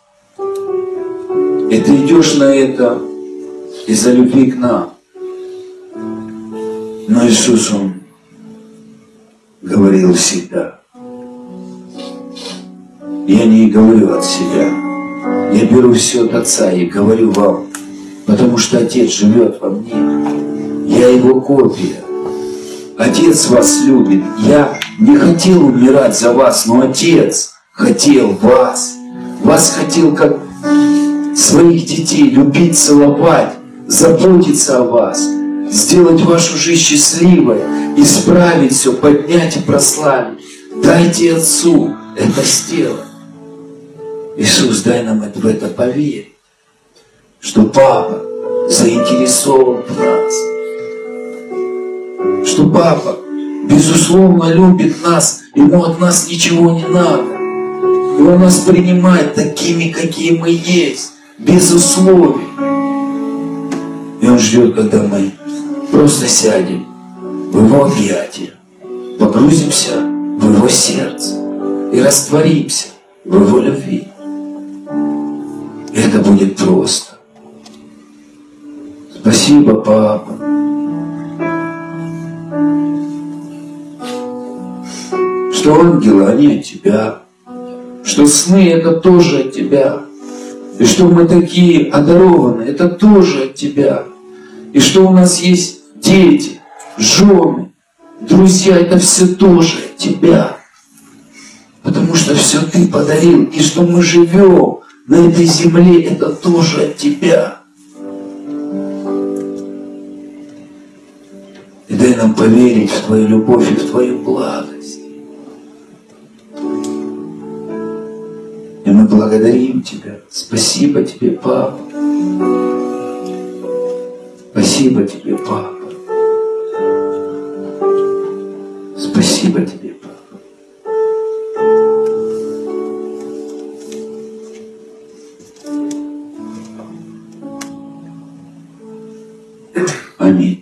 И ты идешь на это из-за любви к нам. Но Иисус, Он говорил всегда. Я не говорю от себя. Я беру все от Отца и говорю вам, потому что Отец живет во мне. Я Его копия. Отец вас любит. Я не хотел умирать за вас, но Отец хотел вас. Вас хотел как своих детей любить, целовать, заботиться о вас, сделать вашу жизнь счастливой, исправить все, поднять и прославить. Дайте Отцу это сделать. Иисус, дай нам в это поверить, что Папа заинтересован в нас, что Папа безусловно любит нас, Ему от нас ничего не надо. И Он нас принимает такими, какие мы есть, без условий. И Он ждет, когда мы просто сядем в Его объятия, погрузимся в Его сердце и растворимся в Его любви. И это будет просто. Спасибо, Папа. Что ангелы, они от Тебя. Что сны, это тоже от Тебя. И что мы такие одарованные, это тоже от Тебя. И что у нас есть дети, жены, друзья, это все тоже от Тебя. Потому что все Ты подарил. И что мы живем на этой земле, это тоже от Тебя. И дай нам поверить в Твою любовь и в Твою благость. И мы благодарим Тебя. Спасибо Тебе, Папа. Спасибо Тебе, Папа. Спасибо Тебе, Папа. Аминь.